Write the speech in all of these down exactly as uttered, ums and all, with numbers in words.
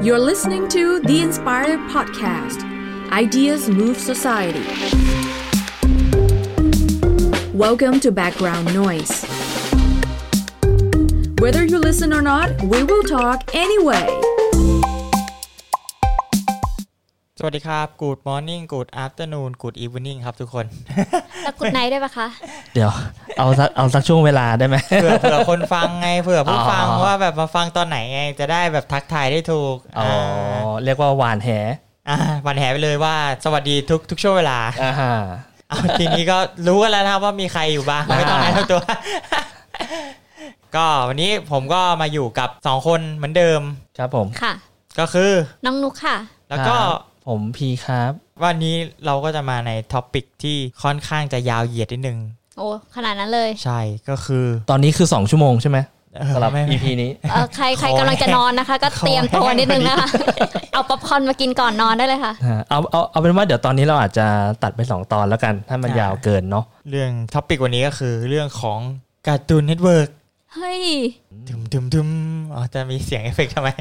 You're listening to The Inspired Podcast. Ideas Move Society. Welcome to Background Noise. Whether you listen or not, we will talk anyway. สวัสดีครับ Good morning Good afternoon Good evening ครับทุกคนแล้ว Good night ได้ปะคะเดี๋ยวเอาสักเอาสักช่วงเวลาได้ไหมเผื่อเผื่อคนฟังไงเผื่อผู้ฟังว่าแบบมาฟังตอนไหนไงจะได้แบบทักทายได้ถูกอ๋อเรียกว่าหวานแหอ่าหวานแหไปเลยว่าสวัสดีทุกทุกช่วงเวลาอ่าฮะเอาทีนี้ก็รู้กันแล้วนะครับว่ามีใครอยู่บ้างไม่ต้องแนะนำตัวก็วันนี้ผมก็มาอยู่กับสองคนเหมือนเดิมครับผมค่ะก็คือน้องนุกค่ะแล้วก็ผมพีครับวันนี้เราก็จะมาในท็อปิกที่ค่อนข้างจะยาวเหยียดนิดนึงโอ้ขนาดนั้นเลยใช่ก็คือตอนนี้คือสองชั่วโมงใช่ไหมสำหรับ อี พี นี้เออใครใครกำลังจะนอนนะคะก็เตรียมตัวนิดนึงนะคะเอาป๊อปคอร์นมากินก่อนนอนได้เลยค่ะเอาเอาเอาเป็นว่าเดี๋ยวตอนนี้เราอาจจะตัดไปสองตอนแล้วกันถ้ามันยาวเกินเนาะเรื่องท็อปิกวันนี้ก็คือเรื่องของการ์ตูนเน็ตเวิร์กเฮ้ยดึมๆๆอ๋อจะมีเสียงเอฟเฟคทำไม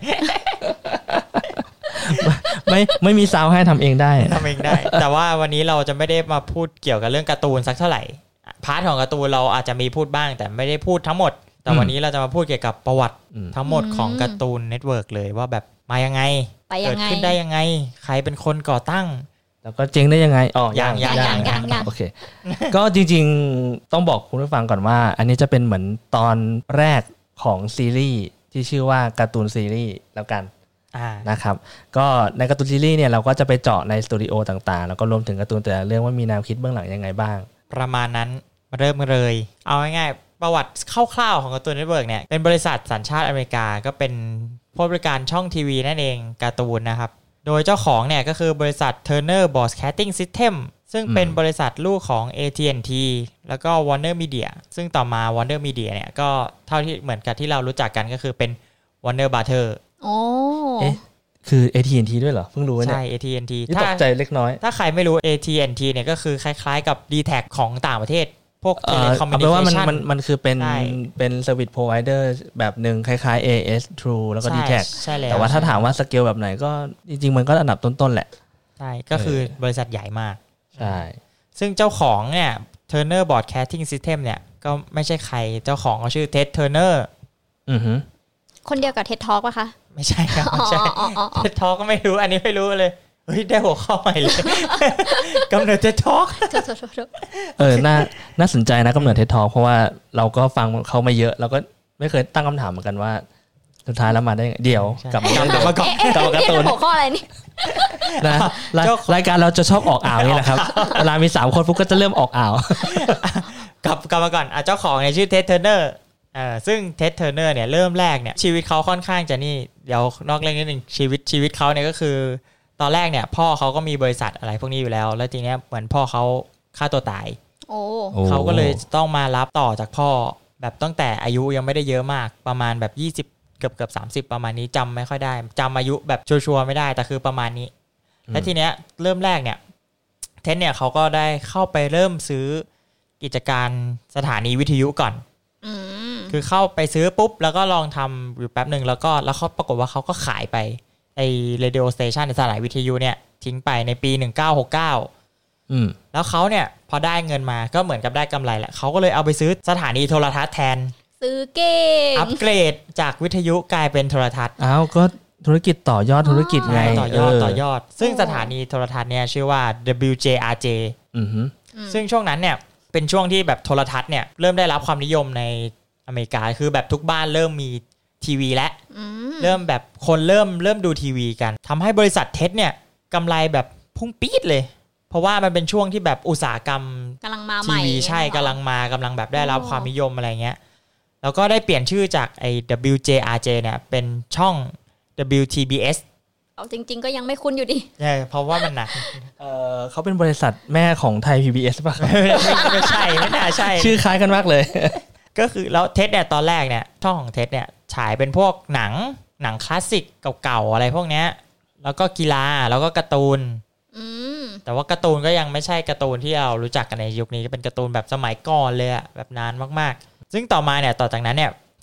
ไม่ไม่มีซาวด์ให้ทำเองได้ทำเองได้แต่ว่าวันนี้เราจะไม่ได้มาพูดเกี่ยวกับเรื่องการ์ตูนสักเท่าไหร่พาร์ทของการ์ตูนเราอาจจะมีพูดบ้างแต่ไม่ได้พูดทั้งหมดแต่วันนี้เราจะมาพูดเกี่ยวกับประวัติทั้งหมดของการ์ตูนเน็ตเวิร์กเลยว่าแบบมายังไงเกิดขึ้นได้ยังไงใครเป็นคนก่อตั้งแล้วก็เจ๊งได้ยังไงอ๋อยังยังยังโอเคก็จริงๆต้องบอกคุณผู้ฟังก่อนว่าอันนี้จะเป็นเหมือนตอนแรกของซีรีส์ที่ชื่อว่าการ์ตูนซีรีส์แล้วกันนะครับก็ในการ์ตูนซีรีส์เนี่ยเราก็จะไปเจาะในสตูดิโอต่างๆแล้วก็รวมถึงการ์ตูนแต่ละเรื่องว่ามีแนวคิดเบื้องหลังยังไงบ้างประมาณนั้นมาเริ่มกันเลยเอาง่ายๆประวัติคร่าวๆของการ์ตูนเน็ตเวิร์กเนี่ยเป็นบริษัทสัญชาติอเมริกาก็เป็นผู้บริการช่องทีวีนั่นเองการ์ตูนนะครับโดยเจ้าของเนี่ยก็คือบริษัท Turner Broadcasting System ซึ่งเป็นบริษัทลูกของ เอ ที แอนด์ ที แล้วก็ Warner Media ซึ่งต่อมา Warner Media เนี่ยก็เท่าที่เหมือนกับที่เรารู้จักกันก็คือเป็น Warner Brothers โอ้เอ๊ะคือ เอ ที แอนด์ ที ด้วยเหรอเพิ่งรู้เนี่ยใช่ เอ ที แอนด์ ทีตกใจเล็กน้อยถ้าใครไม่รู้ เอ ที แอนด์ ที เนี่ยก็คือคล้ายๆกับ ดี แท็ก ของต่างประเทศพวก Telecommunication เอาเป็นว่ามันมันมันคือเป็นเป็น Service Provider แบบนึงคล้ายๆ เอ เอส True แล้วก็ ดี แท็ก แต่ว่าถ้าถามว่าสเกลแบบไหนก็จริงๆมันก็อันดับต้นๆแหละใช่ก็คือบริษัทใหญ่มากใช่ซึ่งเจ้าของเนี่ย Turner Broadcasting System เนี่ยก็ไม่ใช่ใครเจ้าของเขาชื่อ Ted Turner อือฮึคนเดียวกับ TED Talk ป่ะคะไม่ใช่ครับไม่ใช่ TED Talk ก็ไม่รู้อันนี้ไม่รู้เลยเฮ้ยได้หัวข้อใหม่เลยกำเนิด TED Talk เออน่าน่าสนใจนะกำเนิด TED Talk เพราะว่าเราก็ฟังเขามาเยอะเราก็ไม่เคยตั้งคำถามเหมือนกันว่าสุดท้ายแล้วมาได้เดี๋ยวกลับมากลับมาก่อนกลับมาการ์ตูนหัวข้ออะไรนี่นะรายการเราจะชอบออกอ่าวนี่แหละครับเวลามีสามคนปุ๊บก็จะเริ่มออกอ่าวกลับกลับมาก่อนอ่ะเจ้าของเนี่ยชื่อ Ted Turnerเอ่อซึ่ง Ted Turner เนี่ยเริ่มแรกเนี่ยชีวิตเขาค่อนข้างจะนี่เดี๋ยวนอกเรื่องนิดนึงชีวิตชีวิตเขาเนี่ยก็คือตอนแรกเนี่ยพ่อเขาก็มีบริษัทอะไรพวกนี้อยู่แล้วแล้วทีเนี้ยเหมือนพ่อเขาฆ่าตัวตายโอ้เขาก็เลยต้องมารับต่อจากพ่อแบบตั้งแต่อายุยังไม่ได้เยอะมากประมาณแบบยี่สิบเกือบเกือบสามสิบประมาณนี้จำไม่ค่อยได้จำอายุแบบชัวร์ๆไม่ได้แต่คือประมาณนี้แล้วทีเนี้ยเริ่มแรกเนี่ยเทนเนี่ยเขาก็ได้เข้าไปเริ่มซื้อกิจการสถานีวิทยุก่อนคือเข้าไปซื้อปุ๊บแล้วก็ลองทำอยู่แป๊บหนึ่งแล้วก็แล้วเขาปรากฏว่าเขาก็ขายไปไอ้ radio station ในสถานีวิทยุเนี่ยทิ้งไปในปีหนึ่งพันเก้าร้อยหกสิบเก้าอืมแล้วเขาเนี่ยพอได้เงินมาก็เหมือนกับได้กำไรแหละเขาก็เลยเอาไปซื้อสถานีโทรทัศน์แทนซื้อเก่งอัปเกรดจากวิทยุกลายเป็นโทรทัศน์อ้าวก็ธุรกิจต่อยอดธุรกิจไงต่อยอดต่อยอดซึ่งสถานีโทรทัศน์เนี่ยชื่อว่า ดับเบิลยู เจ อาร์ เจอือฮึซึ่งช่วงนั้นเนี่ยเป็นช่วงที่แบบโทรทัศน์เนี่ยเริ่มได้รับความนิยมในอเมริกาคือแบบทุกบ้านเริ่มมีทีวีแล้วเริ่มแบบคนเริ่มเริ่มดูทีวีกันทำให้บริษัทเท็ดเนี่ยกำไรแบบพุ่งปี๊ดเลยเพราะว่ามันเป็นช่วงที่แบบอุตสาหกรรมกำลังมาใหม่ทีวีใช่กำลังมากำลังแบบได้รับความนิยมอะไรเงี้ยแล้วก็ได้เปลี่ยนชื่อจากไอ้ ดับเบิลยู เจ อาร์ เจ เนี่ยเป็นช่อง ดับเบิลยู ที บี เอสเอาจริงๆก็ยังไม่คุ้นอยู่ดิใช่เพราะว่ามันหนักเออเขาเป็นบริษัทแม่ของไทย พี บี เอส ป่ะไม่ใช่ไม่น่าใช่ชื่อคล้ายกันมากเลยก็คือแล้วเท็ดเนี่ยตอนแรกเนี่ยช่องของเท็ดเนี่ยฉายเป็นพวกหนังหนังคลาสสิกเก่าๆอะไรพวกเนี้ยแล้วก็กีฬาแล้วก็การ์ตูนแต่ว่าการ์ตูนก็ยังไม่ใช่การ์ตูนที่เรารู้จักกันในยุคนี้ก็เป็นการ์ตูนแบบสมัยก่อนเลยอะแบบนานมากๆซึ่งต่อมาเนี่ยต่อจากนั้นเนี่ย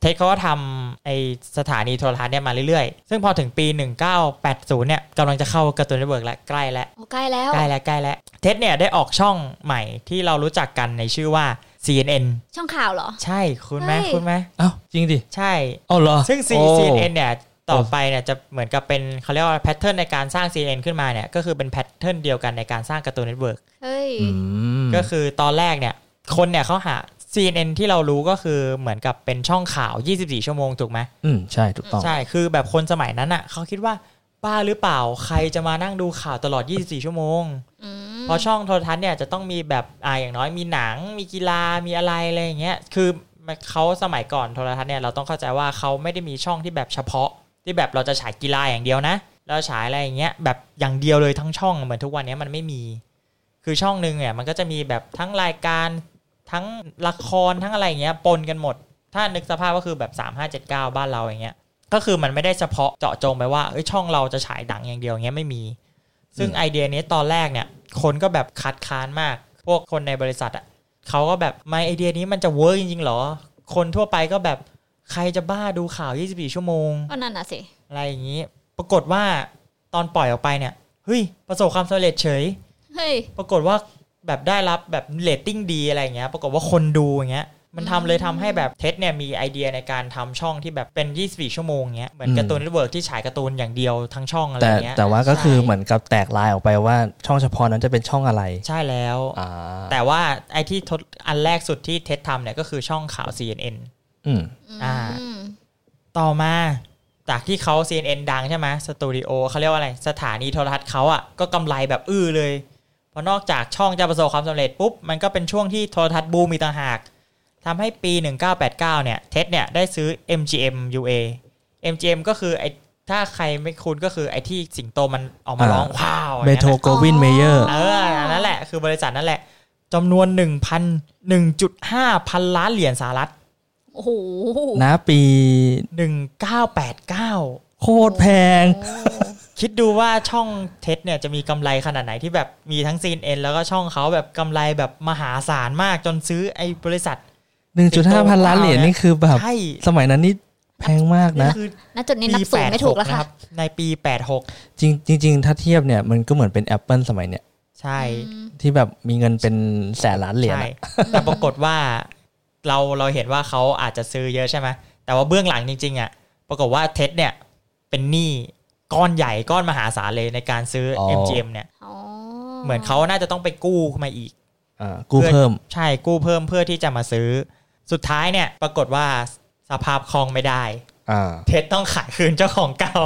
เท็ดเขาก็ทำไอสถานีโทรทัศน์เนี่ยมาเรื่อยๆซึ่งพอถึงปีหนึ่งเก้าแปดศูนย์เนี่ยกำลังจะเข้าการ์ตูนเน็ตเวิร์กแล้วใกล้แล้วใกล้แล้วใกล้แล้วใกล้แล้วเท็ดเนี่ยได้ออกช่องใหม่ที่เรารู้จักกันในชื่อว่า ซี เอ็น เอ็นช่องข่าวเหรอใช่คุณไหมคุณไหมอ้าวจริงดิใช่อ๋อเหรอซึ่ง ซี เอ็น เอ็น เนี่ยต่อไปเนี่ยจะเหมือนกับเป็นเขาเรียกว่าแพทเทิร์นในการสร้าง ซี เอ็น เอ็น ขึ้นมาเนี่ยก็คือเป็นแพทเทิร์นเดียวกันในการสร้างการ์ตูนเน็ตเวิร์กเฮ้ยก็คือตอนแรกเนี่ยคนเนี่ยเขาหา ซี เอ็น เอ็น ที่เรารู้ก็คือเหมือนกับเป็นช่องข่าวยี่สิบสี่ชั่วโมงถูกไหมอืมใช่ถูกต้องใช่คือแบบคนสมัยนั้นอ่ะเขาคิดว่าบ้าหรือเปล่าใครจะมานั่งดูข่าวตลอดยี่สิบสี่ชั่วโมงเพราะช่องโทรทัศน์เนี่ยจะต้องมีแบบอ่าอย่างน้อยมีหนังมีกีฬามีอะไรอะไรอย่างเงี้ยคือเขาสมัยก่อนโทรทัศน์เนี่ยเราต้องเข้าใจว่าเขาไม่ได้มีช่องที่แบบเฉพาะที่แบบเราจะฉายกีฬาอย่างเดียวนะเราฉายอะไรอย่างเงี้ยแบบอย่างเดียวเลยทั้งช่องเหมือนทุกวันนี้มันไม่มีคือช่องนึงเนี่ยมันก็จะมีแบบทั้งรายการทั้งละครทั้งอะไรอย่างเงี้ยปนกันหมดถ้านึกสภาพก็คือแบบสาม ห้า เจ็ด เก้าบ้านเราอย่างเงี้ยก็คือมันไม่ได้เฉพาะเจาะจงไปว่าเอ้ยช่องเราจะฉายหนังอย่างเดียวอย่างเงี้ยไม่มีซึ่งไอเดียนี้ตอนแรกเนี่ยคนก็แบบคัดค้านมากพวกคนในบริษัทอ่ะเขาก็แบบไม่ไอเดียนี้มันจะเวิร์กจริงๆหรอคนทั่วไปก็แบบใครจะบ้าดูข่าวยี่สิบสี่ชั่วโมงก็นั่นน่ะสิอะไรอย่างงี้ปรากฏว่าตอนปล่อยออกไปเนี่ยเฮ้ยประสบความสำเร็จเฉยเฮ้ยปรากฏว่าแบบได้รับแบบเรตติ้งดีอะไรอย่างเงี้ยปรากฏว่าคนดูอย่างเงี้ยมันทำเลยทำให้แบบเท็ดเนี่ยมีไอเดียในการทำช่องที่แบบเป็นยี่สิบสี่ชั่วโมงเงี้ยเหมือนการ์ตูนเน็ตเวิร์กที่ฉายการ์ตูนอย่างเดียวทั้งช่องอะไรเงี้ยแต่ว่าก็คือเหมือนกับแตกลายออกไปว่าช่องเฉพาะนั้นจะเป็นช่องอะไรใช่แล้วแต่ว่าไอที่ทดอันแรกสุดที่เท็ดทำเนี่ยก็คือช่องข่าว ซี เอ็น เอ็นอืมอ่าต่อมาจากที่เขา ซี เอ็น เอ็น ดังใช่ไหมสตูดิโอเขาเรียกว่าอะไรสถานีโทรทัศน์เขาอ่ะก็กำไรแบบอื้อเลยเพราะนอกจากช่องจะประสบความสำเร็จปุ๊บมันก็เป็นช่วงที่โทรทัศน์บูมอีกต่างหากทำให้ปีหนึ่งเก้าแปดเก้าเนี่ยเท็ดเนี่ยได้ซื้อ เอ็ม จี เอ็ม ยู เอ เอ็ม จี เอ็ม ก็คือไอถ้าใครไม่คุ้นก็คือไอที่สิงโตมันออกมาร้องว้าวเบโธโกวินเมเยอร์เออนั่นแหละคือบริษัทนั่นแหละจำนวน หนึ่งพัน หนึ่งจุดห้า พันล้านเหรียญสหรัฐโอ้โหณปีหนึ่งเก้าแปดเก้าโคตรแพงคิดดูว่าช่องเท็ดเนี่ยจะมีกำไรขนาดไหนที่แบบมีทั้ง ซี เอ็น เอ็น แล้วก็ช่องเขาแบบกำไรแบบมหาศาลมากจนซื้อไอ้บริษัทหนึ่งจุดห้า พันล้านเหรียญนี่คือแบบสมัยนั้นนี่แพงมากนะณจุดนี้นับสูงไม่ถูกแล้วค่ะในปีแปดสิบหกจริงจริงถ้าเทียบเนี่ยมันก็เหมือนเป็น Apple สมัยเนี้ยใช่ที่แบบมีเงินเป็นแสนล้านเหรียญแต่ปรากฏว่าเราเราเห็นว่าเขาอาจจะซื้อเยอะใช่ไหมแต่ว่าเบื้องหลังจริงๆอ่ะปรากฏว่าเท็ดเนี่ยเป็นหนี้ก้อนใหญ่ก้อนมหาศาลเลยในการซื้อ เอ็ม จี เอ็ม เนี่ยเหมือนเขาน่าจะต้องไปกู้มาอีกกู้เพิ่มใช่กู้เพิ่มเพื่อที่จะมาซื้อสุดท้ายเนี่ยปรากฏว่าสภาพคล่องไม่ได้เท็ดต้องขายคืนเจ้าของเก่า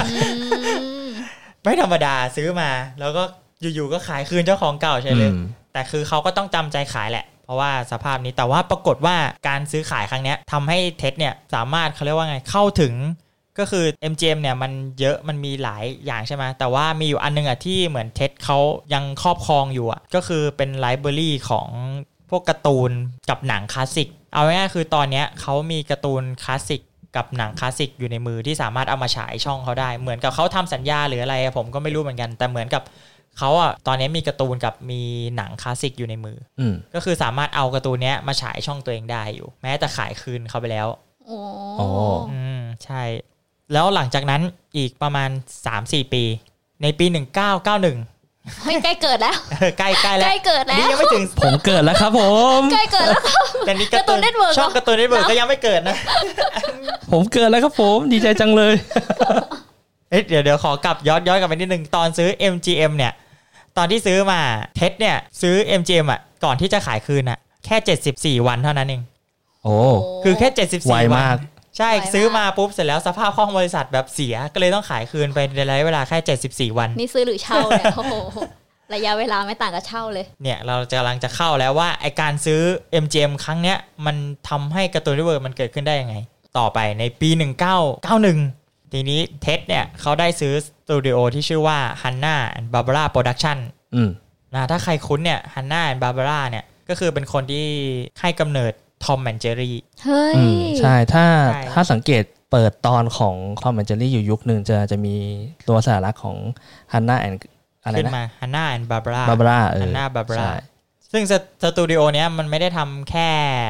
ไม่ธรรมดาซื้อมาแล้วก็อยู่ๆก็ขายคืนเจ้าของเก่าใช่เลยแต่คือเขาก็ต้องจำใจขายแหละเพราะว่าสภาพนี้แต่ว่าปรากฏว่าการซื้อขายครั้งนี้ทำให้เท็ดเนี่ยสามารถเขาเรียกว่าไงเข้าถึงก็คือ เอ็ม จี เอ็ม เนี่ยมันเยอะมันมีหลายอย่างใช่ไหมแต่ว่ามีอยู่อันนึงอ่ะที่เหมือนเท็ดเขายังครอบครองอยู่อ่ะก็คือเป็นไลบรารีของพวกการ์ตูนกับหนังคลาสสิกเอาง่ายๆคือตอนนี้เขามีการ์ตูนคลาสสิกกับหนังคลาสสิกอยู่ในมือที่สามารถเอามาฉายช่องเขาได้เหมือนกับเขาทำสัญญาหรืออะไรผมก็ไม่รู้เหมือนกันแต่เหมือนกับเขาอ่ะตอนนี้มีการ์ตูนกับมีหนังคลาสสิกอยู่ในมืออืมก็คือสามารถเอาการ์ตูนเนี้ยมาฉายช่องตัวเองได้อยู่แม้แต่ขายคืนเขาไปแล้วโอ้อืมใช่แล้วหลังจากนั้นอีกประมาณ สามสี่ ปีในปีหนึ่งเก้าเก้าหนึ่งเฮ้ยใกล้เกิดแล้วใกล้ๆแล้วใกล้เกิดแล้วนี่ยังไม่ถึงผมเกิดแล้วครับผมใกล้เกิดแล้วครับแต่นี่การ์ตูนเน็ตเวิร์กช่องการ์ตูนเน็ตเวิร์กก็ยังไม่เกิดนะผมเกิดแล้วครับผมดีใจจังเลยเอ๊ะเดี๋ยวเดี๋ยวขอกลับย้อนย้อนกลับไปนิดนึงตอนซื้อ เอ็ม จี เอ็ม เนี่ยตอนที่ซื้อมาเท็ดเนี่ยซื้อ เอ็ม จี เอ็ม อ่ะก่อนที่จะขายคืนอ่ะแค่เจ็ดสิบสี่วันเท่านั้นเองโอ้คือแค่เจ็ดสิบสี่วันไวมากใช่ซื้อมาปุ๊บเสร็จแล้วสภาพคล่องบริษัทแบบเสียก็เลยต้องขายคืนไปในระยะเวลาแค่เจ็ดสิบสี่วันนี่ซื้อหรือเช่าเนี่ยโอ้โหระยะเวลาไม่ต่างกับเช่าเลยเนี่ยเราจะกำลังจะเข้าแล้วว่าไอการซื้อ เอ็ม จี เอ็ม ครั้งเนี้ยมันทำให้การ์ตูนเน็ตเวิร์กมันเกิดขึ้นได้ยังไงต่อไปในปีหนึ่งเก้าเก้าหนึ่งทีนี้เท็ดเนี่ยเขาได้ซื้อสตูดิโอที่ชื่อว่า Hanna and Barbera Production อืมนะถ้าใครคุ้นเนี่ย Hanna and Barbera เนี่ยก็คือเป็นคนที่ให้กำเนิด Tom and Jerry เฮ้ยใช่ถ้าถ้าสังเกตเปิดตอนของ Tom and Jerry อยู่ยุคนึงจะจะมีตัวสาระของ Hanna and อะไรนะขึ้นมา Hanna and Barbera Barbera เออ Hanna Barbera ซึ่งสตูดิโอเนี้ยมันไม่ได้ทำแค่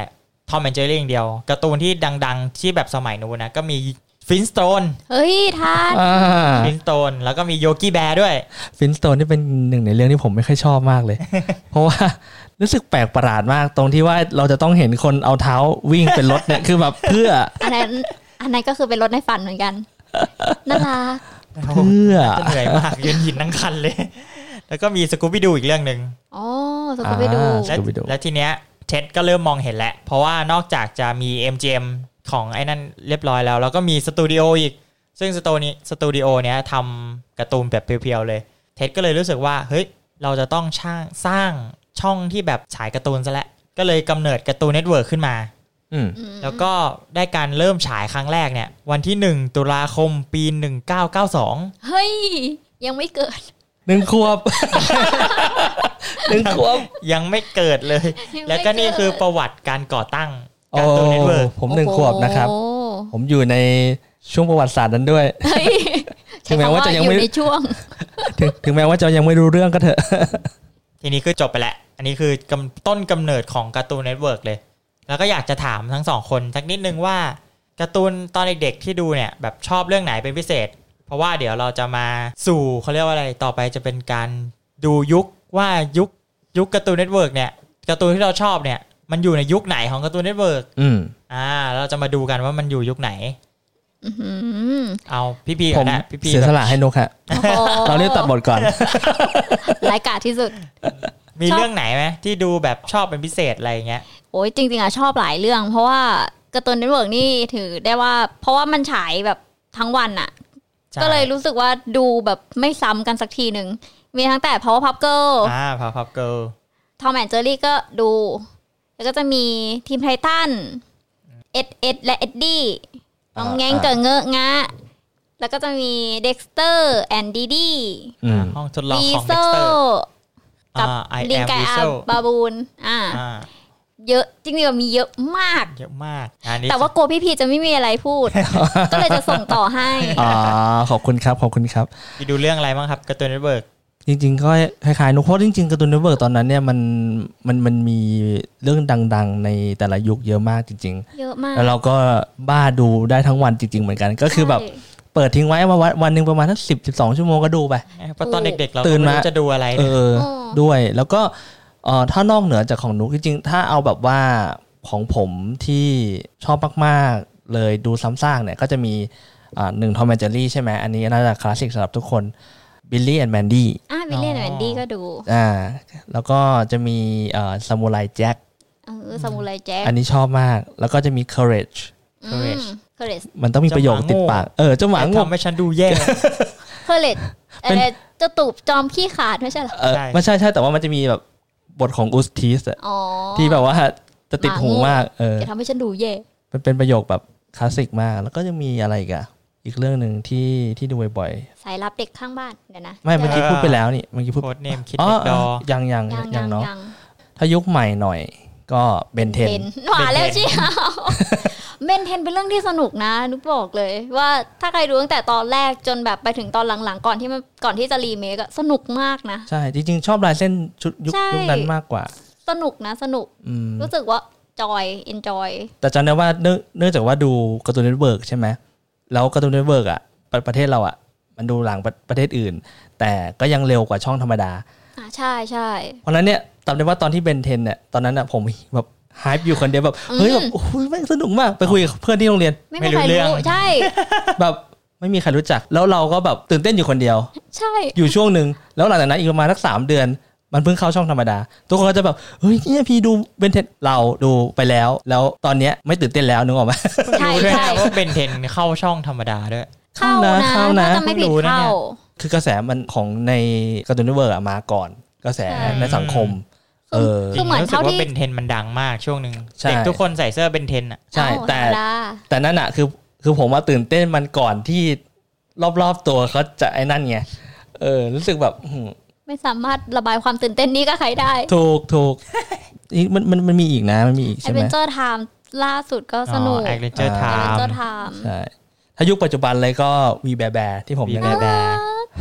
ทอมแอนด์เจอรี่อย่างเดียวการ์ตูนที่ดังๆที่แบบสมัยนู้นนะก็มีฟินสโตนเฮ้ยทานฟินสโตนแล้วก็มีโยกี้แบร์ด้วยฟินสโตนนี่เป็นหนึ่งในเรื่องที่ผมไม่ค่อยชอบมากเลย เพราะว่ารู้สึกแปลกประหลาดมากตรงที่ว่าเราจะต้องเห็นคนเอาเท้าวิ่งเป็นรถเนี่ยคือแบบเพื่ออันนั้นอันนั้นก็คือเป็นรถในฝันเหมือนกันน่ารักเพื่อจะเหนื่อยมากยืนหินทั้งคันเลยแล้วก็มีสกูบี้ดูอีกเรื่องนึงอ๋อสกูบี้ดูแล้วทีเนี้ยเท็ดก็เริ่มมองเห็นแล้วเพราะว่านอกจากจะมี เอ็ม จี เอ็ม ของไอ้นั่นเรียบร้อยแล้วแล้วก็มีสตูดิโออีกซึ่งสตูนี้สตูดิโอเนี้ยทำการ์ตูนแบบเพียวๆเลยเท็ดก็เลยรู้สึกว่าเฮ้ยเราจะต้องช่างสร้างช่องที่แบบฉายการ์ตูนซะแล้วก็เลยกำเนิดการ์ตูนเน็ตเวิร์คขึ้นมาแล้วก็ได้การเริ่มฉายครั้งแรกเนี่ยวันที่หนึ่งตุลาคมปีหนึ่งเก้าเก้าสองเฮ้ยยังไม่เกิดหนึ่งขวบหนึ่งขวบยังไม่เกิดเลยแล้วก็นี่คือประวัติการก่อตั้งการ์ตูนเน็ตเวิร์คผมหนึ่งขวบนะครับผมอยู่ในช่วงประวัติศาสตร์นั้นด้วยถึงแม้ว่าจะยังไม่ในช่วงถึงแม้ว่าจะยังไม่รู้เรื่องก็เถอะทีนี้คือจบไปแล้วอันนี้คือต้นกำเนิดของการ์ตูนเน็ตเวิร์กเลยแล้วก็อยากจะถามทั้งสองคนสักนิดนึงว่าการ์ตูนตอนเด็กๆที่ดูเนี่ยแบบชอบเรื่องไหนเป็นพิเศษเพราะว่าเดี๋ยวเราจะมาสู่เขาเรียกว่าอะไรต่อไปจะเป็นการดูยุคว่ายุคยุคการ์ตูนเน็ตเวิร์กเนี่ยการ์ตูนที่เราชอบเนี่ยมันอยู่ในยุคไหนของการ์ตูนเน็ตเวิร์กอืมอ่าเราจะมาดูกันว่ามันอยู่ยุคไหนเอาพี่พีก่อนนะพี่พีเสียสละให้นกฮะเราเรียกตัดบทก่อนรายการที่สุดมีเรื่องไหนไหมที่ดูแบบชอบเป็นพิเศษอะไรเงี้ยโอ้ยจริงๆอะชอบหลายเรื่องเพราะว่าการ์ตูนเน็ตเวิร์กนี่ถือได้ว่าเพราะว่ามันฉายแบบทั้งวันอะก็เลยรู้สึกว่าดูแบบไม่ซ้ำกันสักทีหนึ่งมีทั้งแต่ Powerpuff Girl อ่า Powerpuff Girl Tom and Jerry ก็ดูแล้วก็จะมีทีมไททันเอ็ดเอ็ดและเอ็ดดี้น้องแง้งเกิดเงอะงะแล้วก็จะมี Dexter and Didi ห้องทดลองของ Dexter กับลิงไก่อาบาบูนอ่าเยอะจริงๆมีเยอะมากเยอะมากแต่ว่ากลัวพี่พีจะไม่มีอะไรพูด ก็เลยจะส่งต่อให้อ๋อขอบคุณครับขอบคุณครับพี่ดูเรื่องอะไรบ้างครับการ์ตูนเน็ตเวิร์กจริงๆก็คล้ายๆนุกเพราะจริงๆการ์ตูนเน็ตเวิร์กตอนนั้นเนี่ยมันมันมันมีเรื่องดังๆในแต่ละยุคเยอะมากจริงๆเยอะมากแล้วเราก็บ้าดูได้ทั้งวันจริงๆเหมือนกันก็คือแบบเปิดทิ้งไว้ว่าวันนึงประมาณสักสิบ สิบสองชั่วโมงก็ดูไปเพราะตอนเด็กๆเราตื่นมาจะดูอะไรเออด้วยแล้วก็เอ่อถ้านอกเหนือจากของนุกจริงๆถ้าเอาแบบว่าของผมที่ชอบมากๆเลยดูซ้ำซากเนี่ยก็จะมีอ่าหนึ่ง Tom and Jerry ใช่ไหมอันนี้น่าจะคลาสสิกสำหรับทุกคน Billy and Mandy อ่า Billy and Mandy ก็ดูอ่าแล้วก็จะมีเอ่อ Samurai Jack เออ Samurai Jack อันนี้ชอบมากแล้วก็จะมี Courage Courage Courage มันต้องมีประโยคติดปากเออเจ้าหมาโง่ทำให้ฉันดูแย่ Courage เอ่อเจ้าตูบจอมขี้ขาดไม่ใช่เหรอเออไม่ใช่ใช่แต่ว่ามันจะมีแบบบทของอุสทีสอ่ะที่แบบว่าจะติดหูมากเออจะทำให้ฉันดูแย่มันเป็นประโยคแบบคลาสสิกมากแล้วก็จะมีอะไรอีกอ่ะอีกเรื่องนึงที่ที่ดูบ่อยๆสายลับเด็กข้างบ้านเดี๋ยวนะไม่เมื่อกี้พูดไปแล้วนี่เมื่อกี้พูดโค้ดเนมคิดเด็กดอยังยังยังเนาะถ้ายุคใหม่หน่อยก็เบนเทนหวานแล้วชิเบนเทนเป็นเรื่องที่สนุกนะนุกบอกเลยว่าถ้าใครดูตั้งแต่ตอนแรกจนแบบไปถึงตอนหลังๆก่อนที่มันก่อนที่จะรีเมคอะสนุกมากนะใช่จริงๆชอบลายเส้นชุดยุคยุคนั้นมากกว่าสนุกนะสนุกรู้สึกว่าจอยเอนจอยแต่จำได้ว่าเนื่องจากว่าดูการ์ตูนเน็ตเวิร์กใช่ไหมแล้วการ์ตูนเน็ตเวิร์กอะประเทศเราอะมันดูหลังประเทศอื่นแต่ก็ยังเร็วกว่าช่องธรรมดาอ่าใช่ใช่เพราะนั้นเนี่ยจำได้ว่าตอนที่เบนเทนเนี่ยตอนนั้นอะผมแบบไฮป์อยู่คนเดียวแบบเฮ้ยแบบโอ้ยแม่งสนุกมากไปคุยกับเพื่อนที่โรงเรียนไม่รู้เรื่องใช่แบบไม่มีใครรู้จักแล้วเราก็แบบตื่นเต้นอยู่คนเดียวใช่อยู่ช่วงนึงแล้วหลังจากนั้นอีกประมาณสักสามเดือนมันเพิ่งเข้าช่องธรรมดาทุกคนก็จะแบบเฮ้ยเนี่ยพี่ดูเบนเทนเราดูไปแล้วแล้วตอนเนี้ยไม่ตื่นเต้นแล้วนึกออกไหมใช่ใช่ว่าเบนเทนเข้าช่องธรรมดาด้วยเข้านะเข้านะไม่ผิดเข้าคือกระแสมันของในการ์ตูนเน็ตเวิร์กมาก่อนกระแสในสังคมเออคือเหมือนเท่าที่เบนเทนมันดังมากช่วงนึงเด็กทุกคนใส่เสื้อเบนเทนอ่ะใช่แต่แต่นั่นอ่ะคือคือผมว่าตื่นเต้นมันก่อนที่รอบๆตัวเขาจะไอ้นั่นไงเออรู้สึกแบบไม่สามารถระบายความตื่นเต้นนี้ก็ใครได้ถูกถูกมันมันมันมีอีกนะมันมีอีกใช่ไหม Adventure Time ล่าสุดก็สนุก Adventure Time ใช่ถ้ายุคปัจจุบันเลยก็วีแบร์แบร์ที่ผมยังไงแบร์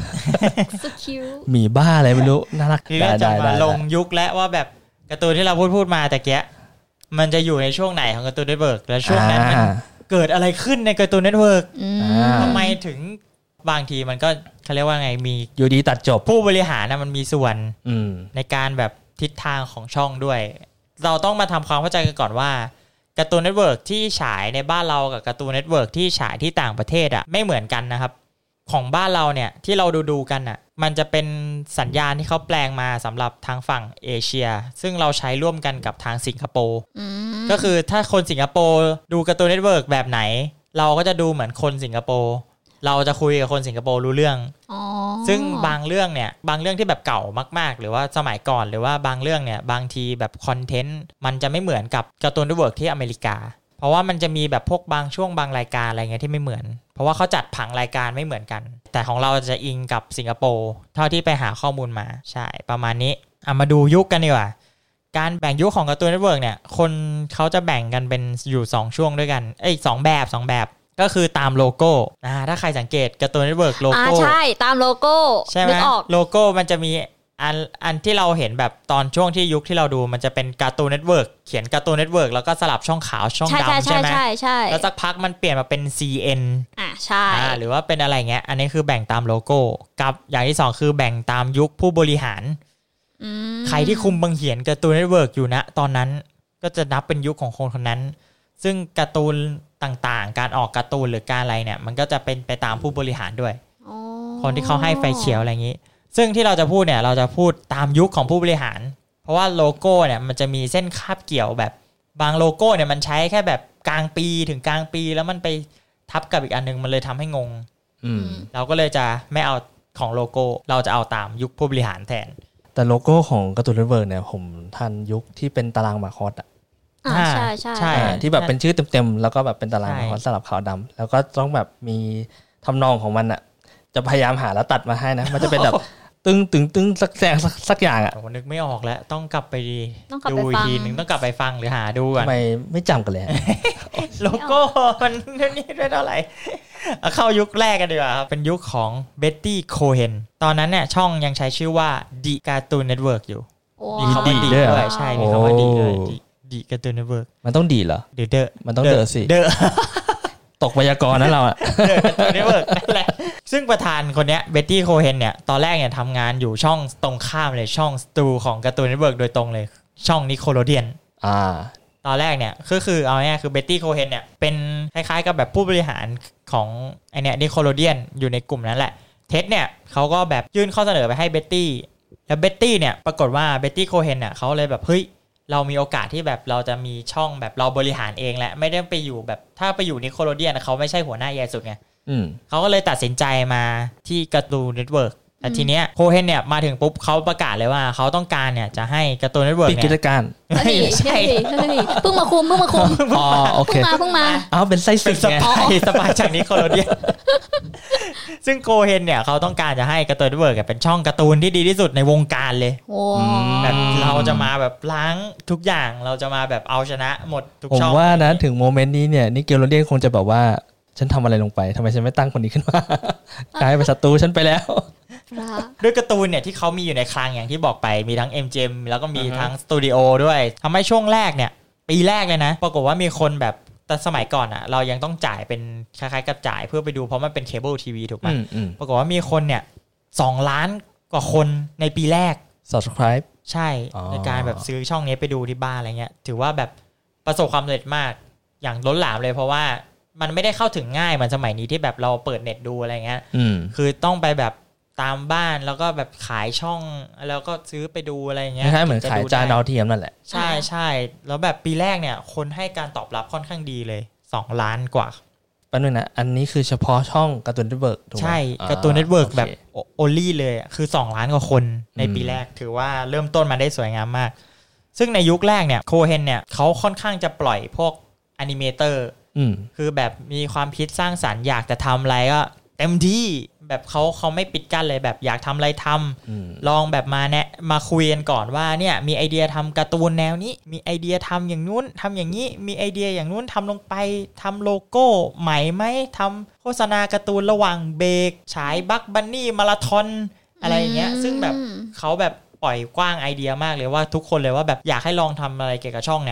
มีบ้าอะไรไม่รู้น่ารักได้ได้ได้ลงยุคแล้วว่าแบบการ์ตูนที่เราพูดพูดมาแต่แกมันจะอยู่ในช่วงไหนของการ์ตูนเน็ตเวิร์กและช่วงนั้นมันเกิดอะไรขึ้นในการ์ตูนเน็ตเวิร์กทำไมถึงบางทีมันก็เขาเรียกว่าไงมีอยู่ดีตัดจบผู้บริหารนะมันมีส่วนในการแบบทิศทางของช่องด้วยเราต้องมาทำความเข้าใจกันก่อนว่าการ์ตูนเน็ตเวิร์กที่ฉายในบ้านเรากับการ์ตูนเน็ตเวิร์กที่ฉายที่ต่างประเทศอ่ะไม่เหมือนกันนะครับของบ้านเราเนี่ยที่เราดูดูกันอ่ะมันจะเป็นสัญญาณที่เขาแปลงมาสำหรับทางฝั่งเอเชียซึ่งเราใช้ร่วมกันกับทางสิงคโปร์ก็คือถ้าคนสิงคโปร์ดูการ์ตูนเน็ตเวิร์กแบบไหนเราก็จะดูเหมือนคนสิงคโปร์เราจะคุยกับคนสิงคโปร์รู้เรื่องซึ่งบางเรื่องเนี่ยบางเรื่องที่แบบเก่ามากๆหรือว่าสมัยก่อนหรือว่าบางเรื่องเนี่ยบางทีแบบคอนเทนต์มันจะไม่เหมือนกับการ์ตูนเน็ตเวิร์กที่อเมริกาเพราะว่ามันจะมีแบบพวกบางช่วงบางรายการอะไรเงี้ยที่ไม่เหมือนเพราะว่าเขาจัดผังรายการไม่เหมือนกันแต่ของเราจะอิงกับสิงคโปร์เท่าที่ไปหาข้อมูลมาใช่ประมาณนี้เอามาดูยุคกันดีกว่าการแบ่งยุคของการ์ตูนเน็ตเวิร์กเนี่ยคนเขาจะแบ่งกันเป็นอยู่สองช่วงด้วยกันเอ้ยสองแบบสองแบบก็คือตามโลโก้นะถ้าใครสังเกตการ์ตูนเน็ตเวิร์กโลโก้อ่าใช่ตามโลโก้ใช่ไหมโลโก้มันจะมีอันอันที่เราเห็นแบบตอนช่วงที่ยุคที่เราดูมันจะเป็นการ์ตูนเน็ตเวิร์กเขียนการ์ตูนเน็ตเวิร์กแล้วก็สลับช่องขาวช่องดำใช่ไหมแล้วสักพักมันเปลี่ยนมาเป็น ซี เอ็นอ่าใช่อ่าหรือว่าเป็นอะไรเงี้ยอันนี้คือแบ่งตามโลโก้กับอย่างที่สองคือแบ่งตามยุคผู้บริหารใครที่คุมบังเหียนการ์ตูนเน็ตเวิร์กอยู่นะตอนนั้นก็จะนับเป็นยุคของคนคนนั้นซึ่งการ์ตูนต่างๆการออกการ์ตูนหรือการอะไรเนี่ยมันก็จะเป็นไปตามผู้บริหารด้วยคนที่เขาให้ไฟเขียวอะไรอย่างนี้ซึ่งที่เราจะพูดเนี่ยเราจะพูดตามยุคของผู้บริหารเพราะว่าโลโก้เนี่ยมันจะมีเส้นคาบเกี่ยวแบบบางโลโก้เนี่ยมันใช้แค่แบบกลางปีถึงกลางปีแล้วมันไปทับกับอีกอันนึงมันเลยทำให้งงเราก็เลยจะไม่เอาของโลโก้เราจะเอาตามยุคผู้บริหารแทนแต่โลโก้ของการ์ตูนเน็ตเวิร์กเนี่ยผมทันยุคที่เป็นตารางมาคอสอ่ะอ่าใช่ใช่ใช่ที่แบบเป็นชื่อเต็มๆแล้วก็แบบเป็นตารางมาคอสสลับขาวดำแล้วก็ต้องแบบมีทำนองของมันอ่ะจะพยายามหาแล้วตัดมาให้นะมันจะเป็นแบบตึงตึงตึงสักแสงสักอย่างอ่ะผมนึกไม่ออกแล้วต้องกลับไปดูอีกทีนึงต้องกลับไปฟังหรือหาดูก่อนทำไมไม่จำกันเลยโลโก้มันนี่ด้วยเท่าไหร่เข้ายุคแรกกันดีกว่าครับเป็นยุคของเบ็ตตี้โคเฮนตอนนั้นเนี่ยช่องยังใช้ชื่อว่า The Cartoon Network อยู่มีคำว่าดีด้วยใช่มีคำว่าดีด้วยดีการ์ตูนเน็ตเวิร์กมันต้องดีเหรอเดอเดอมันต้องเดอสิเดอตกไวยากรณ์นะเราอ่ะเดอการ์ตูนเน็ตเวิร์กนั่นแหละซึ่งประธานคนเนี้ยเบ็ตตี้โคเฮนเนี่ยตอนแรกเนี่ยทำงานอยู่ช่องตรงข้ามเลยช่องสตูของการ์ตูนเน็ตเวิร์กโดยตรงเลยช่องนิโคโลเดียนอ่าตอนแรกเนี่ยก็คือเอาง่ายๆคือเบ็ตตี้โคเฮนเนี่ยเป็นคล้ายๆกับแบบผู้บริหารของไอเนี่ยนิโคโลเดียนอยู่ในกลุ่มนั้นแหละเท็ดเนี่ยเขาก็แบบยื่นข้อเสนอไปให้เบ็ตตี้แล้วเบ็ตตี้เนี่ยปรากฏว่าเบ็ตตี้โคเฮนเนี่ยเขาเลยแบบเฮ้ยเรามีโอกาสที่แบบเราจะมีช่องแบบเราบริหารเองแหละไม่ได้ไปอยู่แบบถ้าไปอยู่นิโคโลเดียนเขาไม่ใช่หัวหน้าใหญ่สุดไงเขาก็เลยตัดสินใจมาที่การ์ตูนเน็ตเวิร์กแต่ทีเนี้ยโคเฮนเนี่ยมาถึงปุ๊บเขาประกาศเลยว่าเขาต้องการเนี่ยจะให้การ์ตูนเน็ตเวิร์กเนี่ยปิดกิจการไม่ใช่เพิ่งมาคุมเพิ่งมาคุมอ๋อโอเคเพิ่งมาเพิ่งมาอ้าวเป็นไส้ศึกไงสปายจากนิโคโลเดียนซึ่งโคเฮนเนี่ยเขาต้องการจะให้การ์ตูนเน็ตเวิร์กเป็นช่องการ์ตูนที่ดีที่สุดในวงการเลยแบบเราจะมาแบบล้างทุกอย่างเราจะมาแบบเอาชนะหมดทุกช่องผมว่านะถึงโมเมนต์นี้เนี่ยนิโคโลเดียนคงจะแบบว่าฉันทำอะไรลงไปทำไมฉันไม่ตั้งคนนี้ขึ้นมากลายเป็นศัตรูฉันไปแล้วด้วยการ์ตูนเนี่ยที่เขามีอยู่ในคลังอย่างที่บอกไปมีทั้ง เอ็ม จี เอ็ม แล้วก็มีทั้งสตูดิโอด้วยทำให้ช่วงแรกเนี่ยปีแรกเลยนะปรากฏว่ามีคนแบบแต่สมัยก่อนอ่ะเรายังต้องจ่ายเป็นคล้ายๆกับจ่ายเพื่อไปดูเพราะมันเป็นเคเบิลทีวีถูกไหมปรากฏว่ามีคนเนี่ยสองล้านกว่าคนในปีแรก Subscribe ใช่ในการแบบซื้อช่องนี้ไปดูที่บ้านอะไรเงี้ยถือว่าแบบประสบความสำเร็จมากอย่างล้นหลามเลยเพราะว่ามันไม่ได้เข้าถึงง่ายเหมือนสมัยนี้ที่แบบเราเปิดเน็ตดูอะไรเงี้ยคือต้องไปแบบตามบ้านแล้วก็แบบขายช่องแล้วก็ซื้อไปดูอะไรเงี้ยใช่เหมือนขายจานดาวเทียมนั่นแหละใช่ใช่แล้วแบบปีแรกเนี่ยคนให้การตอบรับค่อนข้างดีเลยสองล้านกว่าแป๊บนึงนะอันนี้คือเฉพาะช่องการ์ตูนเน็ตเวิร์กใช่การ์ตูนเน็ตเวิร์กแบบโอลี่เลยคือสองล้านกว่าคนในปีแรกถือว่าเริ่มต้นมาได้สวยงามมากซึ่งในยุคแรกเนี่ยโคเฮนเนี่ยเขาค่อนข้างจะปล่อยพวกแอนิเมเตอร์คือแบบมีความคิดสร้างสรรค์อยากจะทำอะไรก็เต็มที่แบบเขาเขาไม่ปิดกั้นเลยแบบอยากทำอะไรทำลองแบบมาแนะมาคุยกันก่อนว่าเนี่ยมีไอเดียทำการ์ตูนแนวนี้มีไอเดียทำอย่างนู้นทำอย่างนี้มีไอเดียอย่างนู้นทำลงไปทำโลโก้ใหม่ไหมทำโฆษณาการ์ตูนระหว่างเบรกฉายบัคบันนี่มาราธอนอะไรอย่างเงี้ยซึ่งแบบเขาแบบปล่อยกว้างไอเดียมากเลยว่าทุกคนเลยว่าแบบอยากให้ลองทำอะไรเกี่ยวกับช่องเนี่ย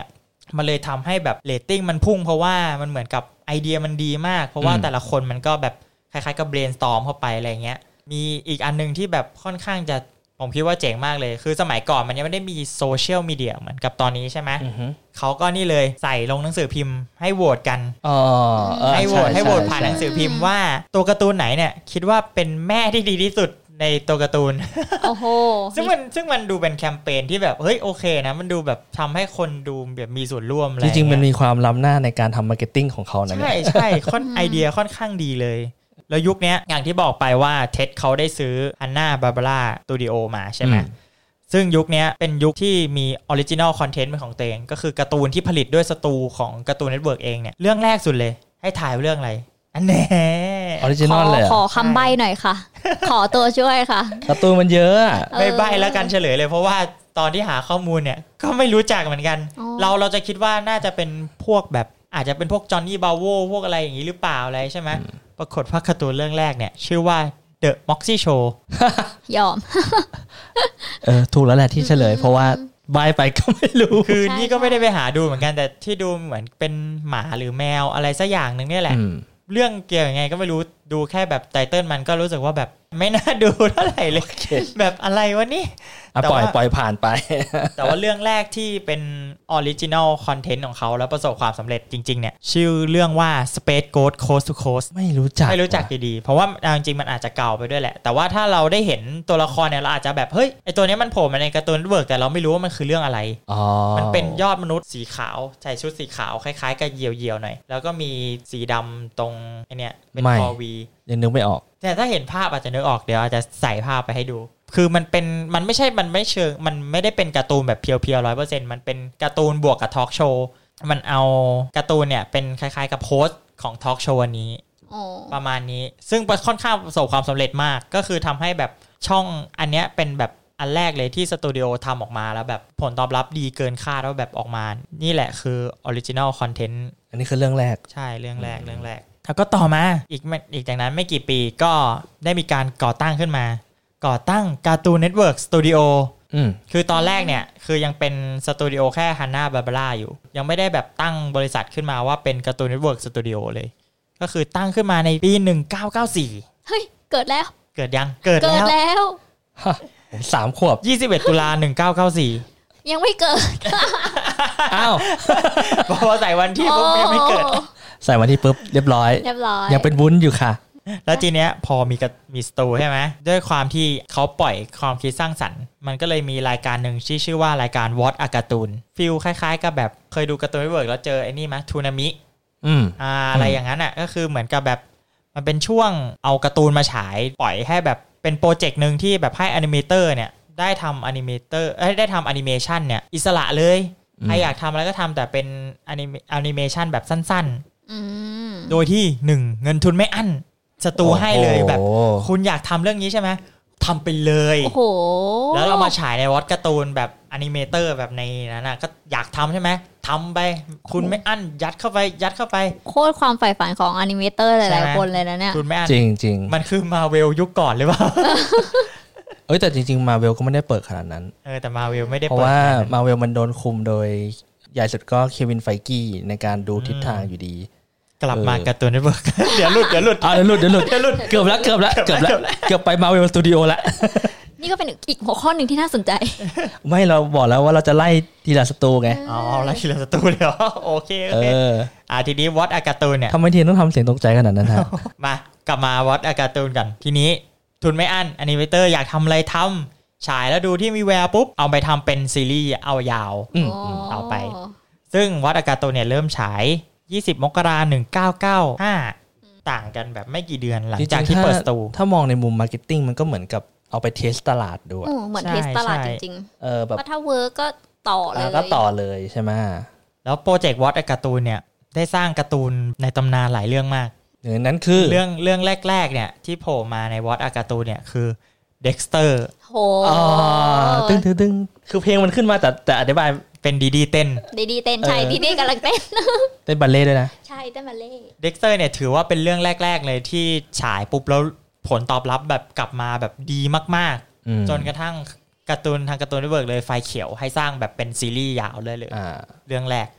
มันเลยทำให้แบบเรตติ้งมันพุ่งเพราะว่ามันเหมือนกับไอเดียมันดีมากเพราะว่าแต่ละคนมันก็แบบคล้ายๆกับ brainstorm เข้าไปอะไรเงี้ยมีอีกอันนึงที่แบบค่อนข้างจะผมคิดว่าเจ๋งมากเลยคือสมัยก่อนมันยังไม่ได้มีโซเชียลมีเดียเหมือนกับตอนนี้ใช่ไหม uh-huh. เขาก็นี่เลยใส่ลงหนังสือพิมพ์ให้โหวตกันอ๋อให้โหวตให้โหวตผ่านหนังสือพิมพ์ว่าตัวการ์ตูนไหนเนี่ยคิดว่าเป็นแม่ที่ดีที่สุดในตัวการ์ตูนโอ้โหซึ่งมันซึ่งมันดูเป็นแคมเปญที่แบบเฮ้ยโอเคนะมันดูแบบทำให้คนดูแบบมีส่วนร่วมอะไรจริงๆมันมีความล้ำหน้าในการทำมาร์เก็ตติ้งของเขานะใช่ใช่ค่อนไอเดียค่อนข้างดีเลยแล้วยุคนี้อย่างที่บอกไปว่าเท็ดเขาได้ซื้อ Hanna-Barbera Studio มาใช่ไหมซึ่งยุคนี้เป็นยุคที่มีออริจินอลคอนเทนต์เป็นของตัวเองก็คือการ์ตูนที่ผลิตด้วยสตูของการ์ตูนเน็ตเวิร์กเองเนี่ยเรื่องแรกสุดเลยให้ถ่ายเรื่องอะไรอันแน่ออริจินอลเลยขอคำใบ้หน่อยค่ะ ขอตัวช่วยค่ะการ์ตูนมันเยอะไม่ใบ้แล้วกันเฉลยเลยเพราะว่าตอนที่หาข้อมูลเนี่ยก็ไม่รู้จักเหมือนกันเราเราจะคิดว่าน่าจะเป็นพวกแบบอาจจะเป็นพวกจอห์นนี่บราโวพวกอะไรอย่างนี้หรือเปล่าอะไรใช่ไหมปรากฏว่าการ์ตูนเรื่องแรกเนี่ยชื่อว่า The Moxie Show ยอมเออถูกแล้วแหละที่เฉลยเพราะว่าใบไปก็ไม่รู้คือนี่ก็ไม่ได้ไปหาดูเหมือนกันแต่ที่ดูเหมือนเป็นหมาหรือแมวอะไรสักอย่างนึงเนี่ยแหละเรื่องเกี่ยวยังไงก็ไม่รู้ดูแค่แบบไตเติ้ลมันก็รู้สึกว่าแบบไม่น่าดูเท่าไหร่เลย แบบอะไรวะนี่ปล่อยปล่อยผ่านไป แต่ว่าเรื่องแรกที่เป็นออริจินอลคอนเทนต์ของเขาแล้วประสบความสำเร็จจริงๆเนี่ยชื่อเรื่องว่า Space Ghost Coast to Coast ไม่รู้จักไม่รู้จักดีๆเพราะว่าจริงๆมันอาจจะเก่าไปด้วยแหละแต่ว่าถ้าเราได้เห็นตัวละครเนี่ยเราอาจจะแบบเฮ้ยไอตัวนี้มันโผล่มาในการ์ตูนเวิร์กแต่เราไม่รู้ว่ามันคือเรื่องอะไรมันเป็นยอดมนุษย์สีขาวใส่ชุดสีขาวคล้ายๆกับเหยี่ยวๆหน่อยแล้วก็มีสีดำตรงไอเนี้ยเป็นคอวียังนึกไม่ออกแต่ถ้าเห็นภาพอาจจะนึกออกเดี๋ยวอาจจะใส่ภาพไปให้ดูคือมันเป็นมันไม่ใช่มันไม่เชิงมันไม่ได้เป็นการ์ตูนแบบเพียวๆ ร้อยเปอร์เซ็นต์ มันเป็นการ์ตูนบวกกับทอล์กโชว์มันเอาการ์ตูนเนี่ยเป็นคล้ายๆกับโฮสต์ของทอล์กโชว์อันนี้ประมาณนี้ซึ่งค่อนข้างประสบความสำเร็จมากก็คือทำให้แบบช่องอันเนี้ยเป็นแบบอันแรกเลยที่สตูดิโอทำออกมาแล้วแบบผลตอบรับดีเกินคาดว่าแบบออกมานี่แหละคือออริจินอลคอนเทนต์อันนี้คือเรื่องแรกใช่เรื่องแรกเรื่องแรกแล้วก็ต่อมาอีกอีกจากนั้นไม่กี่ปีก็ได้มีการก่อตั้งขึ้นมาก่อตั้ง Cartoon Network Studio อืมคือตอนแรกเนี่ยคือยังเป็นสตูดิโอแค่ Hanna-Barbera อยู่ยังไม่ได้แบบตั้งบริษัทขึ้นมาว่าเป็น Cartoon Network Studio เลยก็คือตั้งขึ้นมาในปีหนึ่งพันเก้าร้อยเก้าสิบสี่เฮ้ยเกิดแล้วเกิดยังเกิดแล้วเกิดแล้วสามขวบยี่สิบเอ็ดตุลาหนึ่งพันเก้าร้อยเก้าสิบสี่ยังไม่เกิดอ้าวพอใส่วันที่ปุ๊บยังไม่เกิดใส่วันที่ปุ๊บเรียบร้อยเรียบร้อยยังเป็นวุ้นอยู่ค่ะแล้วทีเนี้ยพอมีมีสตูใช่ไหมด้วยความที่เขาปล่อยความคิดสร้างสรรค์มันก็เลยมีรายการหนึ่งที่ชื่อว่ารายการ What a Cartoon ฟีลคล้ายๆกับแบบเคยดูการ์ตูนเวิร์กแล้วเจอไอ้นี่มั้ยทูนามิอืมอ่าอะไรอย่างนั้นอ่ะก็คือเหมือนกับแบบมันเป็นช่วงเอาการ์ตูนมาฉายปล่อยให้แบบเป็นโปรเจกต์นึงที่แบบให้แอนิเมเตอร์เนี่ยได้ทำแอนิเมเตอร์เอ้ยได้ทำแอนิเมชันเนี่ยอิสระเลยใครอยากทำอะไรก็ทำแต่เป็นแอนิเมชันแบบสั้นๆโดยที่หนึ่งเงินทุนไม่อั้นสตูให้เลยแบบคุณอยากทำเรื่องนี้ใช่ไหมทำไปเลยแล้วเรามาฉายในวอตการ์ตูนแบบแอนิเมเตอร์แบบในนั้นนะก็อยากทำใช่ไหมทำไปทุนไม่อั้นยัดเข้าไปยัดเข้าไปโคตรความใฝ่ฝันของแอนิเมเตอร์หลายๆคนเลยนะเนี่ยทุนไม่อั้นจริงๆมันคือมาเวลยุคก่อนหรือเปล่าเอ้ยแต่จริงๆมาเวลก็ไม่ได้เปิดขนาดนั้นเออแต่มาเวลไม่ได้เปิดเพราะว่ามาเวลมันโดนคุมโดยใหญ่สุดก็เควินไฟกี้ในการดูทิศทางอยู่ดีกลับมาการ์ตูนเน็ตเวิร์กเดี๋ยวหลุดเดี๋ยวหลุดอ่ะเดี๋ยวหลุดเดี๋ยวหลุดเดี๋ยวหลุดเกือบแล้วเกือบแล้วเกือบแล้วเกือบไปมาเวลสตูดิโอแล้วนี่ก็เป็นอีกหัวข้อหนึ่งที่น่าสนใจไม่เราบอกแล้วว่าเราจะไล่ทีละสตูไงอ๋อไล่ทีละสตูเลยเหรอโอเคโอเคอ่าทีนี้วอตอาการ์ตูนเนี่ยทำไมทีต้องทำเสียงตกใจขนาดนั้นฮะมากลับมาวอตอาการ์ตูนกันทีนี้ทุนไม่อั้นแอนิเมเตอร์อยากทำอะไรทำฉายแล้วดูที่มีแววปุ๊บเอาไปทำเป็นซีรีส์เอายาวเอาไปซึ่งวอตอาการ์ตูนเนี่ยเริ่มฉายยี่สิบมกราคมหนึ่งพันเก้าร้อยเก้าสิบห้าต่างกันแบบไม่กี่เดือนหลังจากที่เปิดสตูถ้ามองในมุมมาร์เก็ตติ้งมันก็เหมือนกับเอาไปเทสตลาดดูอ๋อเหมือนเทสตลาดจริงๆเออแบบถ้าเวิร์กก็ต่อเลยก็ต่อเลยใช่ไหมแล้วโปรเจกต์วอตอาการ์ตูนเนี่ยได้สร้างการ์ตูนในตำนานหลายเรื่องมากหนึ่งนั้นคือเรื่องเรื่องแรกๆเนี่ยที่โผล่มาในวอตอาการ์ตูนเนี่ยคือDexter โหอ๋อตึ้งตึ้งคือเพลงมันขึ้นมาแต่แต่อธิบายเป็นดีดีเต้นดีดีเต้นใช่ดีดีกำลังเต้นเต้นบัลเล่ด้วยนะใช่เต้นบัลเล่ Dexter เนี่ยถือว่าเป็นเรื่องแรกๆเลยที่ฉายปุ๊บแล้วผลตอบรับแบบกลับมาแบบดีมากๆจนกระทั่งการ์ตูนทางการ์ตูนเน็ตเวิร์กเลยไฟเขียวให้สร้างแบบเป็นซีรีส์ยาวเลยเลยเรื่องแรก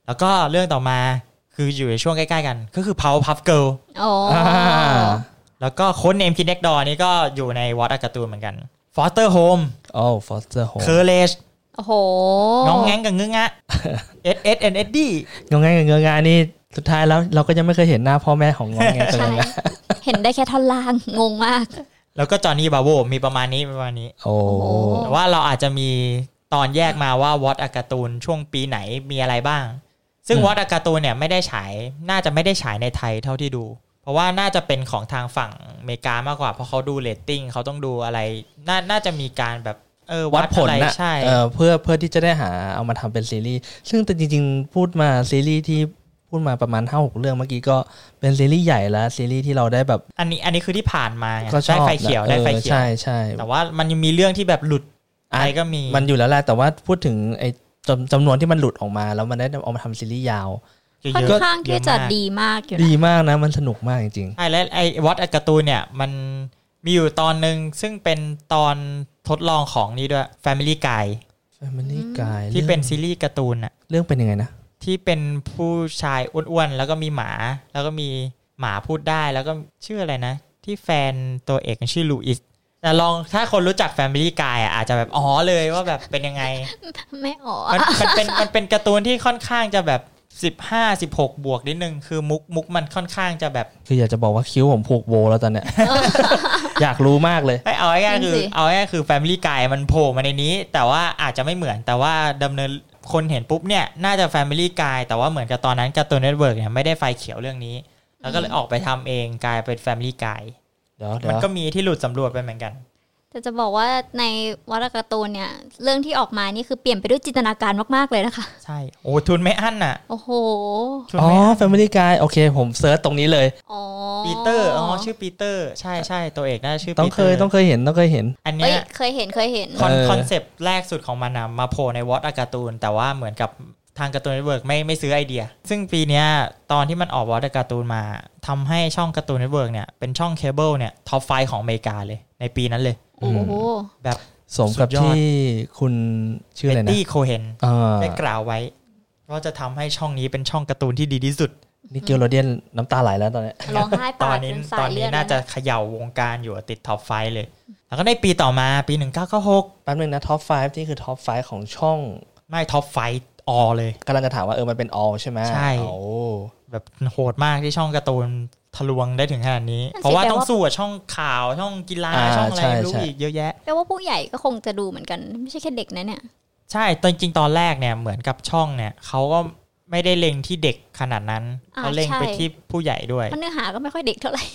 แล้วก็เรื่องต่อมาคืออยู่ในช่วงใกล้ๆกันก็คือ Powerpuff Girl อ๋อแล้วก็โค้ดเนม Kid Next Door นี่ก็อยู่ในวอตการ์ตูนเหมือนกัน Foster Home โอ้ Foster Home Courage โอ้โหน้องแง้งกับเงื้องะ เอส เอส and เอ็ดดี้งงแงกับเงื้องะนี่สุดท้ายแล้วเราก็ยังไม่เคยเห็นหน้าพ่อแม่ของงงแงกับเงื้องะเห็นได้แค่ท่อนล่างงงมากแล้วก็จอห์นนี่บาโวมีประมาณนี้ประมาณนี้โอ้แต่ว่าเราอาจจะมีตอนแยกมาว่าวอตการ์ตูนช่วงปีไหนมีอะไรบ้างซึ่งวอตการ์ตูนเนี่ยไม่ได้ฉายน่าจะไม่ได้ฉายในไทยเท่าที่ดูเพราะว่าน่าจะเป็นของทางฝั่งอเมริกามากกว่าเพราะเขาดูเรตติ้งเขาต้องดูอะไรน่าน่าจะมีการแบบเออวัดผลนะใช่เออเพื่อเพื่อที่จะได้หาเอามาทำเป็นซีรีส์ซึ่งแต่จริงๆพูดมาซีรีส์ที่พูดมาประมาณ ห้าหก เรื่องเมื่อกี้ก็เป็นซีรีส์ใหญ่แล้วซีรีส์ที่เราได้แบบอันนี้อันนี้คือที่ผ่านมาได้ไฟเขียวได้ไฟเขียวใช่ใช่แต่ว่ามันยังมีเรื่องที่แบบหลุดอะไรก็มีมันอยู่แล้วแหละแต่ว่าพูดถึงไอ้จำจำนวนที่มันหลุดออกมาแล้วมันได้เอามาทำซีรีส์ยาวค่อนข้างที่จะดีมากอยู่ดีมากนะมันสนุกมากจริงๆใช่และไอ้วอตการ์ตูนเนี่ยมันมีอยู่ตอนนึงซึ่งเป็นตอนทดลองของนี่ด้วย Family Guy Family Guy ที่เป็นซีรีส์การ์ตูนอะเรื่องเป็นยังไงนะที่เป็นผู้ชายอ้วนๆแล้วก็มีหมาแล้วก็มีหมาพูดได้แล้วก็ชื่ออะไรนะที่แฟนตัวเอกชื่อลูอิสแต่ลองถ้าคนรู้จัก Family Guy อ่ะอาจจะแบบอ๋อเลยว่าแบบเป็นยังไงไม่อ๋อมันมันเป็นมันเป็นการ์ตูนที่ค่อนข้างจะแบบสิบห้า สิบหกบวกนิดนึงคือมุกมุกมันค่อนข้างจะแบบคืออยากจะบอกว่าคิ้วผมผูกโบแล้วตอนเนี้ย อยากรู้มากเลยเอาง่ายๆคือเอาง่ายๆคือ Family Guy มันโผล่มาในนี้แต่ว่าอาจจะไม่เหมือนแต่ว่าดำเนินคนเห็นปุ๊บเนี่ยน่าจะ Family Guy แต่ว่าเหมือนกับตอนนั้น Cartoon Network เนี่ยไม่ได้ไฟเขียวเรื่องนี้แล้วก็เลยออกไปทำเองกลายเป็น Family Guy มันก็มีที่หลุดสำรวจไปเหมือนกันแต่จะบอกว่าในวรรณการ์ตูนเนี่ยเรื่องที่ออกมานี่คือเปลี่ยนไปด้วยจินตนาการมากๆเลยนะคะใช่โอ้ทุนไม่อั้นน่ะโอ้โหอ๋อ Family Guy โอเคผมเซิร์ชตรงนี้เลยอ๋อปีเตอร์อ๋อชื่อปีเตอร์ใช่ๆตัวเอกน่าชื่อปีเตอร์ต้องเคยต้องเคยเห็นต้องเคยเห็นอันเนี้ยเคยเห็นเคยเห็นคอนเซปต์แรกสุดของมันนะมาโผล่ในวอตการ์ตูนแต่ว่าเหมือนกับทาง Cartoon Network ไม่ไม่ซื้อไอเดียซึ่งปีนี้ตอนที่มันออกวอตการ์ตูนมาทำให้ช่อง Cartoon Network เนี่ยเป็นช่องเคเบิลเนี่ยท็อปไฟว์ของอเมริกาเลยในปีนั้นเลยโอ้โหแบบสมกับที่คุณชื่ออะไรนะเอ็ดดี้โคเฮนได้กล่าวไว้ว่าจะทำให้ช่องนี้เป็นช่องการ์ตูนที่ดีที่สุดนิเกลโรเดียนน้ำตาไหลแล้วตอนนี้ร้องไห้ปาดตอนนี้ตอนนี้น่าจะเขย่าวงการอยู่ติดท็อปไฟว์เลยแล้วก็ในปีต่อมาปีหนึ่งเก้าเก้าหกแป๊บนึงนะท็อปไฟว์ที่คือท็อปไฟว์ของช่องไม่ท็อปไฟว์ออเลยกำลังจะถามว่าเออมันเป็นออใช่ไหมใช่โอ้แบบโหดมากที่ช่องการ์ตูนทะลวงได้ถึงขนาดนี้เพราะว่าต้องสู้กับช่องข่าวช่องกีฬาช่องอะไรรู้อีกเยอะแยะแปลว่าผู้ใหญ่ก็คงจะดูเหมือนกันไม่ใช่แค่เด็กนะเนี่ยใช่ตอนจริงตอนแรกเนี่ยเหมือนกับช่องเนี่ยเขาก็ไม่ได้เล็งที่เด็กขนาดนั้นเขาเล็งไปที่ผู้ใหญ่ด้วยมันเนื้อหาก็ไม่ค่อยเด็กเท่าไหร่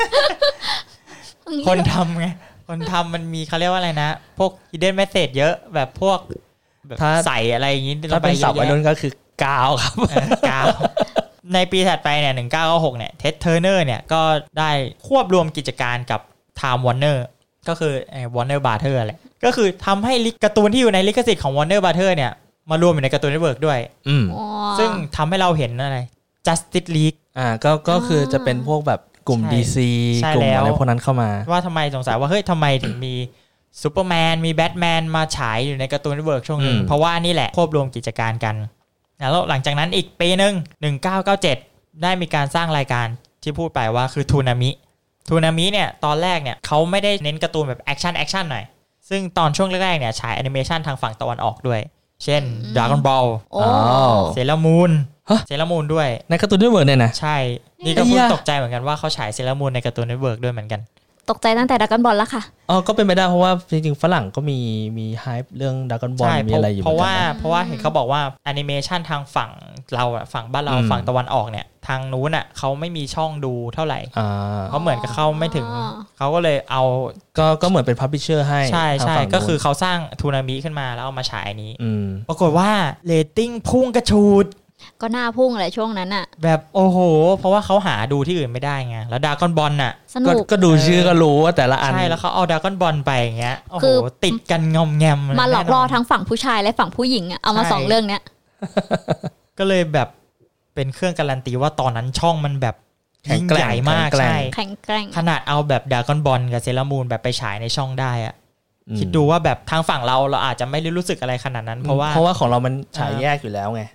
คนทำไงคนทำมันมีเขาเรียกว่าอะไรนะพวก hidden message เยอะแบบพวกใส่อะไรอย่างงี้ถ้าเป็นศัพท์วัยรุ่นก็คือกาวครับกาวในปีถัดไปเนี่ยหนึ่งเก้าเก้าหกเนี่ยเท็ดเทอร์เนอร์เนี่ยก็ได้ควบรวมกิจการกับ Time Warner ก็คือไอ้ Warner Brother แหละก็คือทำให้การ์ตูนที่อยู่ในลิขสิทธิ์ของ Warner Brother เนี่ยมารวมอยู่ใน Cartoon Network ด้วยอืมซึ่งทำให้เราเห็นอะไร Justice League อ่าก็ก็คือจะเป็นพวกแบบกลุ่ม ดี ซี กลุ่มอะไรพวกนั้นเข้ามาว่าทำไมสงสัยว่าเฮ้ยทำไมถึงมีซูเปอร์แมนมีแบทแมนมาฉายอยู่ใน Cartoon Network ช่วงนึงเพราะว่านี่แหละควบรวมกิจการกันแล้วหลังจากนั้นอีกปีนึงหนึ่งเก้าเก้าเจ็ดได้มีการสร้างรายการที่พูดไปว่าคือทูนามิทูนามิเนี่ยตอนแรกเนี่ยเขาไม่ได้เน้นการ์ตูนแบบแอคชั่นแอคชั่นหน่อยซึ่งตอนช่วงแรกๆเนี่ยฉายแอนิเมชันทางฝั่งตะวันออกด้วยเช่น Dragon Ball เซเลอร์มูนเซเลอร์มูนด้วยในการ์ตูนเน็ตเวิร์กเนี่ยนะใช่นี่ก็เพิ่งตกใจเหมือนกันว่าเขาฉายเซเลอร์มูนในการ์ตูนเน็ตเวิร์กด้วยเหมือนกันตกใจตั้งแต่ดราก้อนบอลแล้วค่ะอ๋อก็เป็นไปได้เพราะว่าจริงๆฝรั่งก็มีมีไฮป์เรื่องดราก้อนบอลมีอะไรอยู่เพราะว่าเพราะว่าเห็นเขาบอกว่าแอนิเมชันทางฝั่งเราอะฝั่งบ้านเราฝั่งตะวันออกเนี่ยทางนู้นอ่ะเขาไม่มีช่องดูเท่าไหร่เขาเหมือนกับเขาไม่ถึงเขาก็เลยเอาก็ก็เหมือนเป็นพับลิเชอร์ให้ใช่ใช่ก็คือเขาสร้างทูนามิขึ้นมาแล้วเอามาฉายนี้ปรากฏว่าเรตติ้งพุ่งกระฉูดก็น่าพุ่งอะไรช่วงนั้นอะแบบโอ้โหเพราะว่าเขาหาดูที่อื่นไม่ได้ไงแล้วดราก้อนบอลน่ะสนุกก็ดูชื่อก็รู้ว่าแต่ละอันใช่แล้วเขาเอาดราก้อนบอลไปอย่างเงี้ยโอ้โหติดกันงอมแงมมาหลอกล่อทั้งฝั่งผู้ชายและฝั่งผู้หญิงอะเอามาสองเรื่องเนี้ยก็เลยแบบเป็นเครื่องการันตีว่าตอนนั้นช่องมันแบบยิ่งใหญ่มากใช่แข็งแกร่งขนาดเอาแบบดราก้อนบอลกับเซเลอร์มูนแบบไปฉายในช่องได้อะคิดดูว่าแบบทางฝั่งเราเราอาจจะไม่ได้รู้สึกอะไรขนาดนั้นเพราะว่าเพราะว่าของเรามันฉายแยกอยู่แล้วไง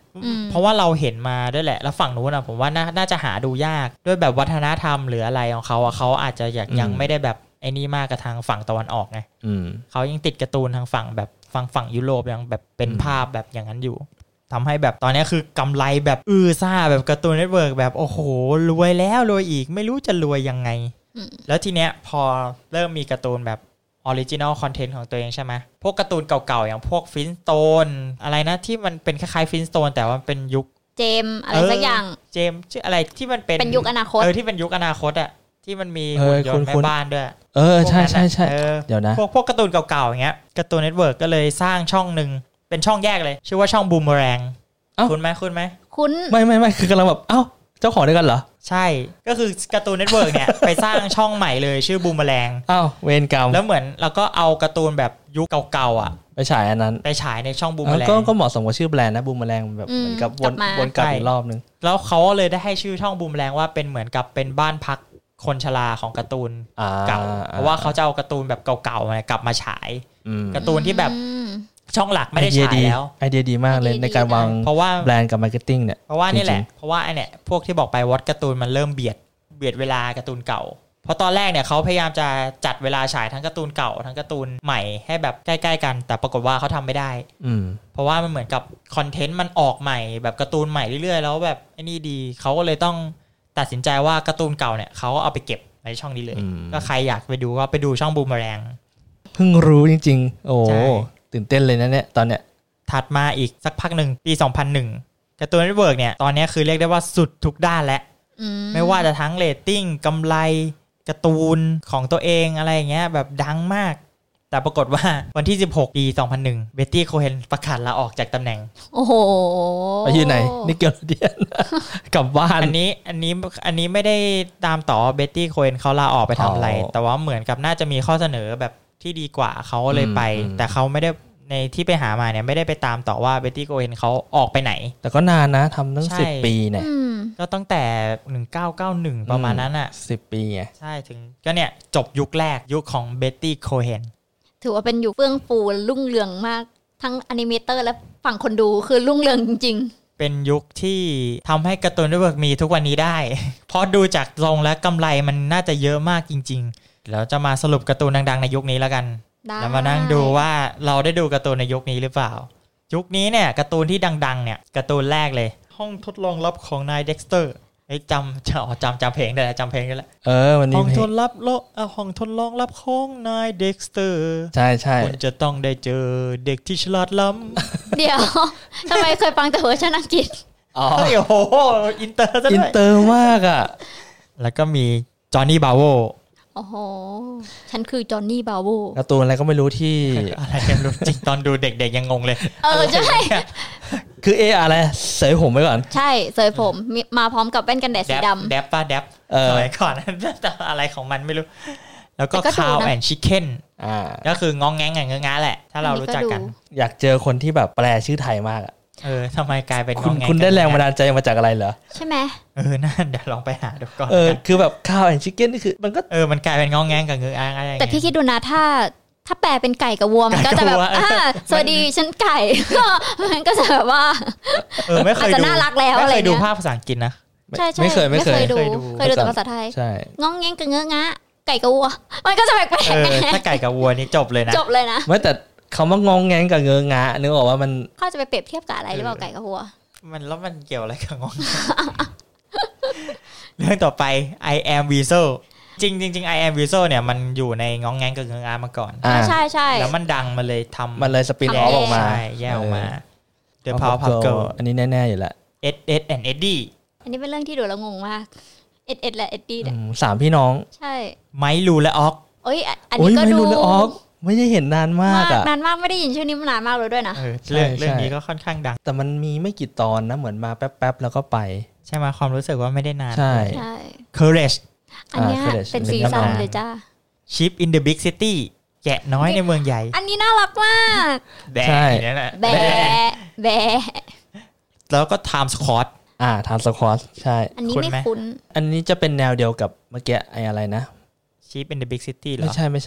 เพราะว่าเราเห็นมาด้วยแหละแล้วฝั่งนู้นอ่ะผมว่าน่าจะหาดูยากด้วยแบบวัฒนธรรมหรืออะไรของเขาอ่ะเขาอาจจะอยากยังไม่ได้แบบไอ้นี่มากกับทางฝั่งตะวันออกไงเขายังติดการ์ตูนทางฝั่งแบบฝั่งฝั่งยุโรปยังแบบเป็นภาพแบบอย่างนั้นอยู่ทำให้แบบตอนนี้คือกำไรแบบอื้อซ่าแบบการ์ตูนเน็ตเวิร์กแบบโอ้โหรวยแล้วรวยอีกไม่รู้จะรวยยังไงแล้วทีเนี้ยพอเริ่มมีการ์ตูนแบบออริจินอลคอนเทนต์ของตัวเองใช่ไหมพวกการ์ตูนเก่าๆอย่างพวกฟินสโตนอะไรนะที่มันเป็นคล้ายๆฟินสโตนแต่ว่าเป็นยุคเจมอะไรสักอย่างเจมชื่ออะไรที่มันเป็นเป็นยุคอนาคตเออที่เป็นยุคอนาคตอะที่มันมีหุ่นยนต์แม่บ้านด้วยเออใช่ใช่ใช่เดี๋ยวนะพวกพวกการ์ตูนเก่าๆอย่างเงี้ยการ์ตูนเน็ตเวิร์กก็เลยสร้างช่องนึงเป็นช่องแยกเลยชื่อว่าช่องบูมเมอแรงคุณไหมคุณไหมคุณไม่ไม่ไม่คือกำลังแบบเอ้าเจ้าของด้วยกันเหรอใช่ก็คือการ์ตูนเน็ตเวิร์กเนี่ยไปสร้างช่องใหม่เลยชื่อบูมเมอแรงอ้าวเวรกรรมแล้วเหมือนเราก็เอาการ์ตูนแบบยุคเก่าๆอ่ะไปฉายอันนั้นไปฉายในช่องบูมเมอแรงก็ก็เหมาะสมกับชื่อแบรนด์นะบูมเมอแรงแบบเหมือนกับวนวนกลับอีกรอบนึงแล้วเขาเลยได้ให้ชื่อช่องบูมเมอแรงว่าเป็นเหมือนกับเป็นบ้านพักคนชราของการ์ตูนเก่าเพราะว่าเขาจะเอาการ์ตูนแบบเก่าๆมากลับมาฉายการ์ตูนที่แบบช่องหลักไม่ได้ฉายแล้วไอเดียดีมากเลยในการวางเพราะว่าแบรนด์กับมาร์เก็ตติ้งเนี่ยเพราะว่านี่แหละเพราะว่าไอเนี่ยพวกที่บอกไปวอตการ์ตูนมันเริ่มเบียดเบียดเวลาการ์ตูนเก่าเพราะตอนแรกเนี่ยเขาพยายามจะจัดเวลาฉายทั้งการ์ตูนเก่าทั้งการ์ตูนใหม่ให้แบบใกล้ๆกันแต่ปรากฏว่าเขาทำไม่ได้เพราะว่ามันเหมือนกับคอนเทนต์มันออกใหม่แบบการ์ตูนใหม่เรื่อยๆแล้วแบบไอ้นี่ดีเขาก็เลยต้องตัดสินใจว่าการ์ตูนเก่าเนี่ยเขาเอาไปเก็บในช่องนี้เลยก็ใครอยากไปดูก็ไปดูช่องบูมเมอแรงเพิ่งรู้จริงๆโอ้ตื่นเต้นเลยนะเนี่ยตอนเนี้ยถัดมาอีกสักพักหนึ่งปีสองพันหนึ่งการ์ตูนเน็ตเวิร์กเนี่ยตอนนี้คือเรียกได้ว่าสุดทุกด้านแล้วไม่ว่าจะทั้งเรตติ้งกำไรการ์ตูนของตัวเองอะไรอย่างเงี้ยแบบดังมากแต่ปรากฏว่าวันที่สิบหกปีสองพันหนึ่งเบ็ตตี้โคเฮนประกาศลาออกจากตำแหน่งโอ้โหไปอยู่ไหนนิกเกิลเดียนกลับบ้านอันนี้อันนี้อันนี้ไม่ได้ตามต่อเบ็ตตี้โคเฮนเขาลาออกไปทำอะไรแต่ว่าเหมือนกับน่าจะมีข้อเสนอแบบที่ดีกว่าเขาเลยไปแต่เขาไม่ได้ในที่ไปหามาเนี่ยไม่ได้ไปตามต่อว่าเบ็ตตี้โคเฮนเขาออกไปไหนแต่ก็นานนะทำตั้งสิบปีเนี่ยก็ตั้งแต่หนึ่งพันเก้าร้อยเก้าสิบเอ็ดประมาณนั้นอ่ะสิบปีไงใช่ถึงก็เนี่ยจบยุคแรกยุคของเบ็ตตี้โคเฮนถือว่าเป็นยุคเฟื่องฟูรุ่งเรืองมากทั้งอนิเมเตอร์และฝั่งคนดูคือรุ่งเรืองจริงๆเป็นยุคที่ทำให้การ์ตูนเน็ตเวิร์กมีทุกวันนี้ได้เพราะดูจากทรงและกำไรมันน่าจะเยอะมากจริงๆแล้วจะมาสรุปการ์ตูนดังๆในยุคนี้แล้วกันแล้วมานั่งดูว่าเราได้ดูการ์ตูนในยุคนี้หรือเปล่ายุคนี้เนี่ยการ์ตูนที่ดังๆเนี่ยการ์ตูนแรกเลยห้องทดลองลับของนายเด็กสเตอร์ไอ้จำจำจำจำเพลงได้แล้วจำเพลงได้แล้วเออวันนี้ห้องทดลับโลห้องทดลองลับของนายเด็กสเตอร์ใช่ใช่คุณจะต้องได้เจอเด็กที่ฉลาดล้ำเดี๋ยวทำไมเคยฟังแต่เวอร์ชันอังกฤษอ๋อโอ้โหอินเตอร์ซะด้วยอินเตอร์มากอ่ะแล้วก็มีจอห์นนี่บาโวโอ้โหฉันคือจอห์นนี่บาโวการ์ตูนอะไรก็ไม่รู้ที่อะไรกันรู้จริงตอนดูเด็กๆยังงงเลยเออใช่คือเออะไรเสยผมไว้ก่อนใช่เสยผมมาพร้อมกับแว่นกันแดดสีดำแดปป่ะแดปสมัยก่อนแต่อะไรของมันไม่รู้แล้วก็คาวแอนด์ชิคเก้นก็คืององแงงอย่างเงี้ยแหละถ้าเรารู้จักกันอยากเจอคนที่แบบแปลชื่อไทยมากอ่ะเออทำไมกลายเป็นคุณคุณได้แรงบันดาลใจมาจากอะไรเหรอใช่ไหมเออนั่นเดี๋ยวลองไปหาดูก่อนเออคือแบบข้าวแอนชิคเก้นนี่คือมันก็เออมันกลายเป็นงองแงงกับเงืออะไรแต่พี่คิดดูนะถ้าถ้าแปลเป็นไก่กับวัวมันก็จะแบบอ่าสวัสดีฉันไก่มันก็จะแบบว่าเออไม่เคยดูน่ารักแล้วอะไรไม่เคยดูภาพภาษาอังกฤษนะใช่ใช่ไม่เคยไม่เคยดูเคยดูแต่ภาษาไทยใช่งองแงงกับเงืองะไก่กับวัวมันก็จะแปลกๆถ้าไก่กับวัวนี่จบเลยนะจบเลยนะไม่แต่เขามางองแงงกับเงืองะนึกออกว่ามันเขาจะไปเปรียบเทียบกับอะไรหรือเปล่าไก่กับวัวมันแล้วมันเกี่ยวอะไรกับงองเรื่องต่อไป I am Weasel จริงจริง I am Weasel เนี่ยมันอยู่ในงองแงงกับเงืองะมาก่อนใช่ใช่แล้วมันดังมันเลยทำมันเลยสปินออฟออกมาแยกออกมา The Powerpuff Girls อันนี้แน่ๆอยู่แล้ว Ed Ed and Eddie อันนี้เป็นเรื่องที่ดูแล้วงงมาก Ed Ed และ Eddie เนี่ยสามพี่น้องใช่ไมลูและออกโอ้ยอันนี้ก็ดูไม่ได้เห็นนานมากอ่ะนานมากไม่ได้ยินชื่อนี้มานานมากเลยด้วยนะเรื่องเรื่องนี้ก็ค่อนข้างดังแต่มันมีไม่กี่ตอนนะเหมือนมาแป๊บๆแล้วก็ไปใช่ไหมความรู้สึกว่าไม่ได้นานใช่ Courage อันนี้เป็นซีซั่นเลยจ้า Sheep in the Big City แกะน้อยในเมืองใหญ่อันนี้น่ารักมากใช่แบะแบะแล้วก็ Time Squad อ่า Time Squad ใช่อันนี้ไม่คุ้นอันนี้จะเป็นแนวเดียวกับเมื่อกี้ไอ้อะไรนะ Sheep in the Big City เหรอไม่ใช่ไม่ใช่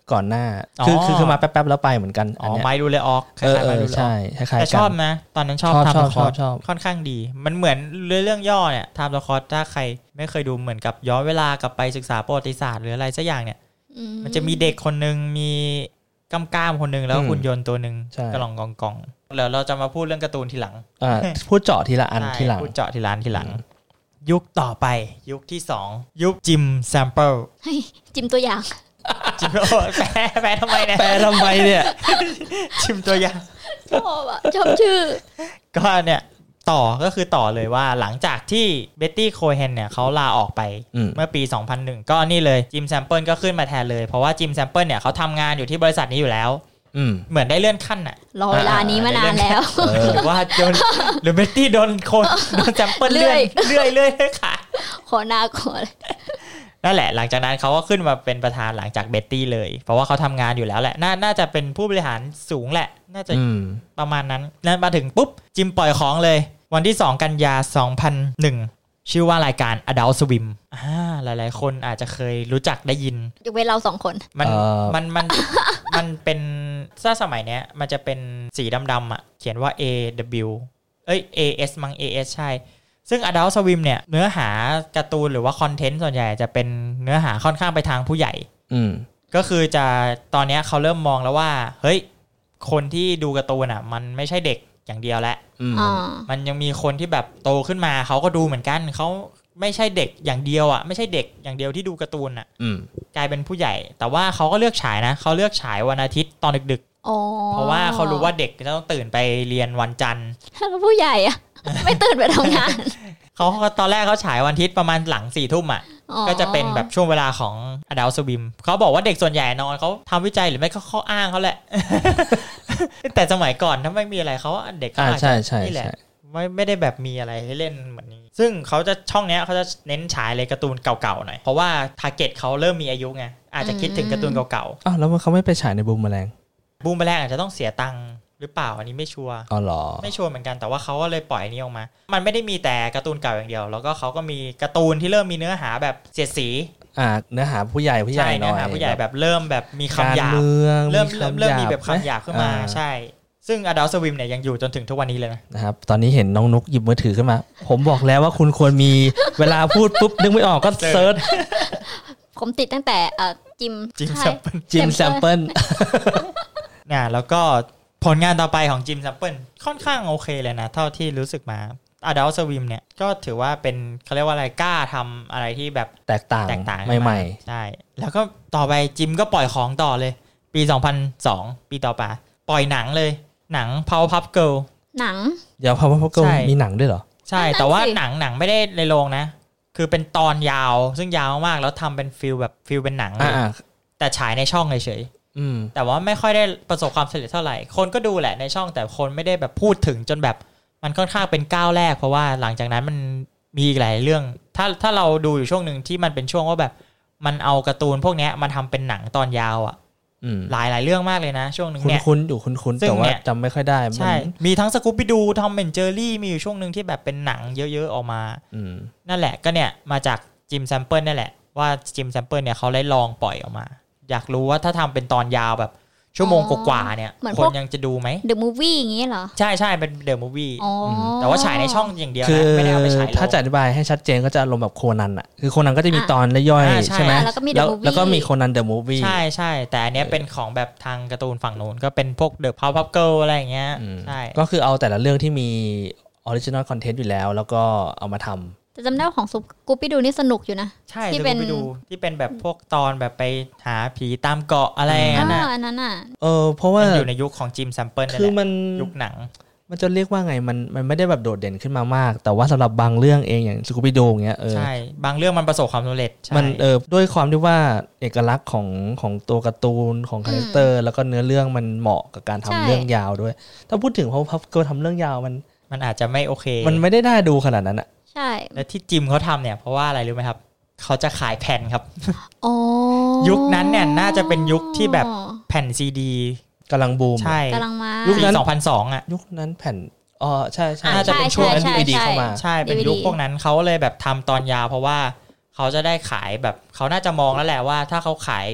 ก่อนหน้าคือคือคือมาแป๊บๆแล้วไปเหมือนกันอ๋อไมดูเลออกคล้ายๆไมดูเลออกใช่คล้ายๆกันแต่ชอบนะตอนนั้นชอบทำคอร์สค่อนข้างดีมันเหมือนเรื่องย่อเนี่ยทำคอร์สถ้าใครไม่เคยดูเหมือนกับย้อนเวลากลับไปศึกษาประวัติศาสตร์หรืออะไรสักอย่างเนี่ยมันจะมีเด็กคนนึงมีกำก้ามคนนึงแล้วหุ่นยนต์ตัวนึงกระหล่องกองกองแล้วเราจะมาพูดเรื่องการ์ตูนทีหลังอ่าพูดเจาะทีละอันทีหลังพูดเจาะทีละอันทีหลังยุคต่อไปยุคที่สองยุคจิมแซมเปิลจิมตัวอย่างจิมแปลแปลทำไมเนี่ยแปลทำไมเนี่ยจิมตัวอย่างชอบอ่ะชอบชื่อก็เนี่ยต่อก็คือต่อเลยว่าหลังจากที่เบ็ตตี้โคเฮนเนี่ยเขาลาออกไปเมื่อปีสองพันหนึ่งก็นี่เลยจิมแซมเปิลก็ขึ้นมาแทนเลยเพราะว่าจิมแซมเปิลเนี่ยเขาทำงานอยู่ที่บริษัทนี้อยู่แล้วเหมือนได้เลื่อนขั้นอ่ะรอเวลานี้มานานแล้วหรือว่าโดนหรือเบ็ตตี้โดนโคนโดนแซมเปิลเลื่อยเลื่อยเลื่อยค่ะขอหน้าก่อนนั่นแหละหลังจากนั้นเขาก็ขึ้นมาเป็นประธานหลังจากเบ็ตตี้เลยเพราะว่าเขาทำงานอยู่แล้วแหละน่าน่าจะเป็นผู้บริหารสูงแหละน่าจะประมาณนั้นแล้วมาถึงปุ๊บจิมปล่อยของเลยวันที่สองกันยาสองพันหนึ่งชื่อว่ารายการ Adult Swim อ่าหลายๆคนอาจจะเคยรู้จักได้ยินยกเว้นเราสองคนมันมันมันมันเป็นถ้าสมัยเนี้ยมันจะเป็นสีดำๆอ่ะเขียนว่า เอ ดับเบิลยู เอ้ย เอ เอส มั้ง เอ เอส ใช่ซึ่ง Adult Swim เนี่ยเนื้อหาการ์ตูนหรือว่าคอนเทนต์ส่วนใหญ่จะเป็นเนื้อหาค่อนข้างไปทางผู้ใหญ่อืมก็คือจะตอนนี้เขาเริ่มมองแล้วว่าเฮ้ยคนที่ดูการ์ตูนอ่ะมันไม่ใช่เด็กอย่างเดียวแหละมันยังมีคนที่แบบโตขึ้นมาเขาก็ดูเหมือนกันเขาไม่ใช่เด็กอย่างเดียวอ่ะไม่ใช่เด็กอย่างเดียวที่ดูการ์ตูนอ่ะกลายเป็นผู้ใหญ่แต่ว่าเขาก็เลือกฉายนะเขาเลือกฉายวันอาทิตย์ตอนดึกๆเพราะว่าเขารู้ว่าเด็กจะต้องตื่นไปเรียนวันจันทร์แล้วผู้ใหญ่อ่ะไม่ตื่นไปทำงานเขาตอนแรกเขาฉายวันอาทิตย์ประมาณหลังสี่ทุ่มอ่ะก็จะเป็นแบบช่วงเวลาของ Adult Swim เขาบอกว่าเด็กส่วนใหญ่นอนเขาทำวิจัยหรือไม่ก็ข้ออ้างเขาแหละ แต่สมัยก่อนถ้าไม่มีอะไรเขาเด็กก็อาจจะนี่แหละไม่ไม่ได้แบบมีอะไรให้เล่นเหมือนนี้ซึ่งเขาจะช่องเนี้ยเขาจะเน้นฉายเลยการ์ตูนเก่าๆหน่อยเพราะว่าทาร์เก็ตเขาเริ่มมีอายุไงอาจจะคิดถึงการ์ตูนเก่าๆอ้าวแล้วเขาไม่ไปฉายในบูมแมลงบูมแมลงอาจจะต้องเสียตังค์หรือเปล่าอันนี้ไม่ชัวร์อ๋อเหรอไม่ชัวร์เหมือนกันแต่ว่าเขาก็เลยปล่อยนี้ออกมามันไม่ได้มีแต่การ์ตูนเก่าอย่างเดียวแล้วก็เขาก็มีการ์ตูนที่เริ่มมีเนื้อหาแบบเสียดสีอ่าเนื้อหาผู้ใหญ่ผู้ใหญ่หน่อยเนื้อหาผู้ใหญ่แบบเริ่มแบบมีคำหยาบเริ่มเริ่มเริ่มมีแบบคำหยาบขึ้นมาใช่ซึ่ง Adult Swim เนี่ยยังอยู่จนถึงทุกวันนี้เลยนะนะครับตอนนี้เห็นน้องนุกหยิบมือถือขึ้นมาผมบอกแล้วว่าคุณควรมีเวลาพูดปุ๊บนึกไม่ออกก็เซิร์ชผมติดตั้งแต่เอ่อจิมจิมแซมเปิลจิมแซมเปิลเนี่ยแล้วก็ผลงานต่อไปของจิมแซมเปิลค่อนข้างโอเคเลยนะเท่าที่รู้สึกมา Adult Swim เนี่ยก็ถือว่าเป็นเขาเรียกว่าอะไรกล้าทำอะไรที่แบบแตกต่างแตกต่างใหม่ๆใช่แล้วก็ต่อไปจิมก็ปล่อยของต่อเลยปีสองพันสองปีต่อไปปล่อยหนังเลยหนัง Powerpuff Girl หนังเดี๋ยว Powerpuff Girl มีหนังด้วยเหรอใช่แต่ว่าหนังหนังไม่ได้ในโรงนะคือเป็นตอนยาวซึ่งยาวมากแล้วทำเป็นฟิลแบบฟิลเป็นหนังเลยแต่ฉายในช่องเฉยๆแต่ว่าไม่ค่อยได้ประสบความสำเร็จเท่าไหร่คนก็ดูแหละในช่องแต่คนไม่ได้แบบพูดถึงจนแบบมันค่อนข้างเป็นก้าวแรกเพราะว่าหลังจากนั้นมันมีอีกหลายเรื่องถ้าถ้าเราดูอยู่ช่วงนึงที่มันเป็นช่วงว่าแบบมันเอาการ์ตูนพวกนี้มาทำเป็นหนังตอนยาวอ่ะหลายหลายเรื่องมากเลยนะช่วงนึงเนี่ยคุ้นๆอยู่คุ้นๆแต่ว่าจำไม่ค่อยได้ใช่มีทั้งสกูปปี้ดูทอมแอนด์เจอรี่มีอยู่ช่วงนึงที่แบบเป็นหนังเยอะๆออกมานั่นแหละก็เนี่ยมาจากจิมแซมเปิลนี่แหละว่าจิมแซมเปิลเนี่ยเขาได้ลองปล่อยออกมาอยากรู้ว่าถ้าทำเป็นตอนยาวแบบชั่วโมงกว่าๆเนี่ยคนยังจะดูไหม The Movie อย่างงี้เหรอใช่ใช่เป็น The Movie แต่ว่าฉายในช่องอย่างเดียวนะไม่ได้เอาไปฉายถ้าจะอธิบายให้ชัดเจนก็จะอารมณ์แบบโคนันอ่ะคือโคนันก็จะมีตอนย่อยใช่ไหมแล้วก็มีโคนัน The Movie ใช่ใช่แต่อันนี้เป็นของแบบทางการ์ตูนฝั่งนู้นก็เป็นพวก The Powerpuff Girls อะไรอย่างเงี้ยใช่ก็คือเอาแต่ละเรื่องที่มี Original Content อยู่แล้วแล้วก็เอามาทำแต่จำได้ว่าของกูปี้ดูนี่สนุกอยู่นะใช่ที่เป็นดูที่เป็นแบบพวกตอนแบบไปหาผีตามเกาะอะไรนั่นน่ะอันนั้นน่ะเออเพราะว่าอยู่ในยุคของจิมแซมเปิลนั่นแหละคือมันยุคหนังมันจะเรียกว่าไงมันมันไม่ได้แบบโดดเด่นขึ้นมามากแต่ว่าสำหรับบางเรื่องเองอย่างสกูปี้ดูอย่างเงี้ยเออใช่บางเรื่องมันประสบความสำเร็จมันเออด้วยความที่ว่าเอกลักษณ์ของของตัวการ์ตูนของคาแรคเตอร์แล้วก็เนื้อเรื่องมันเหมาะกับการทำเรื่องยาวด้วยถ้าพูดถึงเพราะพัฟเกิลทำเรื่องยาวมันมันอาจจะไม่โอเคมันไม่ได้น่าดูขนาดนั้นอะใช่และที่จิมเขาทำเนี่ยเพราะว่าอะไรรู้ไหมครับเขาจะขายแผ่นครับยุคนั้นเนี่ยน่าจะเป็นยุคที่แบบแผ่นซีดีกำลังบูมใช่กำลังมายุคนั้นสองพันสองอ่ะยุคนั้นแผ่นอ๋อใช่ใช่น่าจะเป็นช่วงดี วี ดี เข้ามาใช่เป็นยุคพวกนั้นเขาเลยแบบทำตอนยาวเพราะว่าเขาจะได้ขายแบบเขาน่าจะมองแล้วแหละว่าถ้าเขาขาย